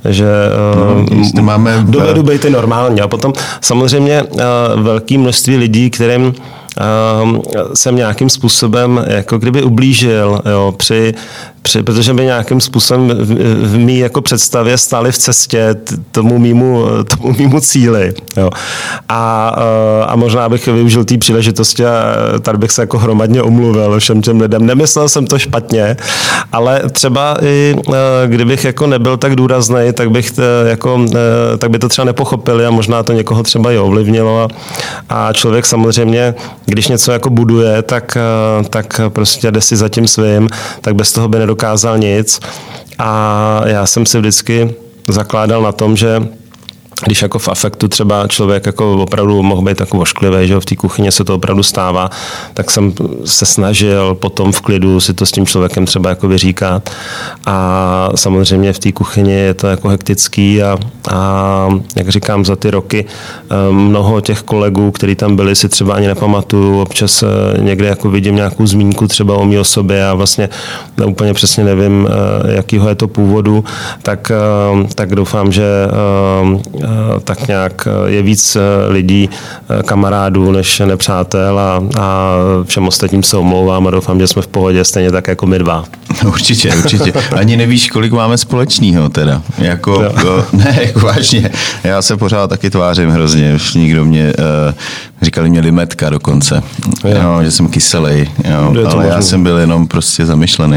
dovedu být normální. A potom samozřejmě velké množství lidí, kterým jsem nějakým způsobem jako kdyby ublížil, jo, protože by nějakým způsobem v mý jako představě stáli v cestě tomu mýmu cíli. Jo. A možná bych využil té příležitosti a tady bych se jako hromadně omluvil všem těm lidem. Nemyslel jsem to špatně, ale třeba i kdybych jako nebyl tak důraznej, tak by to třeba nepochopili a možná to někoho třeba i ovlivnilo a člověk samozřejmě, když něco jako buduje, tak prostě jde si za tím svým, tak bez toho by nedokázal nic. A já jsem si vždycky zakládal na tom, že když jako v afektu třeba člověk jako opravdu mohl být jako ošklivý, že v té kuchyni se to opravdu stává, tak jsem se snažil potom v klidu si to s tím člověkem třeba jako vyříkat. A samozřejmě v té kuchyni je to jako hektický a jak říkám, za ty roky mnoho těch kolegů, kteří tam byli, si třeba ani nepamatuju. Občas někde jako vidím nějakou zmínku třeba o mý osobě a vlastně úplně přesně nevím, jakýho je to původu, tak doufám, že tak nějak je víc lidí, kamarádů než nepřátel a všem ostatním se omlouvám a doufám, že jsme v pohodě stejně tak jako my dva. Určitě. Ani nevíš, kolik máme společného teda. Ne, vážně. Já se pořád taky tvářím hrozně. Už nikdo mě říkali mě limetka dokonce. Jo, že jsem kyselej. Jo, ale já jsem byl jenom prostě zamyšlený.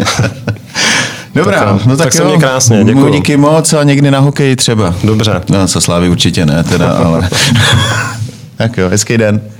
Dobrá, no tak se mě krásně, děkuju. Díky moc a někdy na hokeji třeba. Dobře. No, za Slávy určitě ne teda, ale... Tak jo, hezký den.